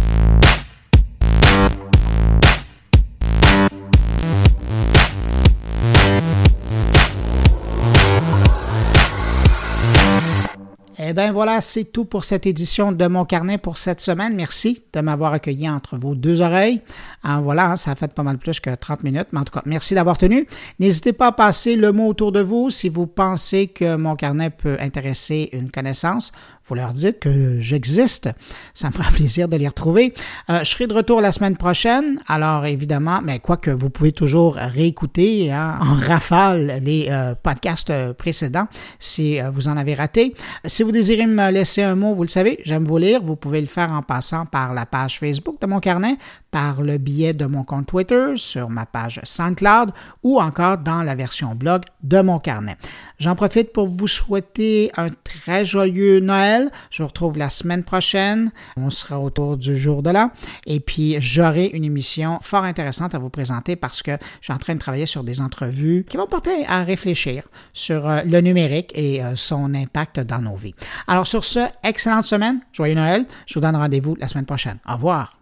A: Eh bien voilà, c'est tout pour cette édition de Mon Carnet pour cette semaine. Merci de m'avoir accueilli entre vos deux oreilles. Alors voilà, ça a fait pas mal plus que trente minutes, mais en tout cas, merci d'avoir tenu. N'hésitez pas à passer le mot autour de vous si vous pensez que Mon Carnet peut intéresser une connaissance. vous leur dites que j'existe. Ça me fera plaisir de les retrouver. Euh, je serai de retour la semaine prochaine. Alors, évidemment, mais quoique vous pouvez toujours réécouter hein, en rafale les euh, podcasts précédents si euh, vous en avez raté. Si vous désirez me laisser un mot, vous le savez, j'aime vous lire. Vous pouvez le faire en passant par la page Facebook de Mon Carnet, par le biais de mon compte Twitter, sur ma page SoundCloud ou encore dans la version blog de Mon Carnet. J'en profite pour vous souhaiter un très joyeux Noël. Je vous retrouve la semaine prochaine. On sera autour du jour de l'an. Et puis, j'aurai une émission fort intéressante à vous présenter parce que je suis en train de travailler sur des entrevues qui vont porter à réfléchir sur euh, le numérique et euh, son impact dans nos vies. Alors, sur ce, excellente semaine. Joyeux Noël. Je vous donne rendez-vous la semaine prochaine. Au revoir.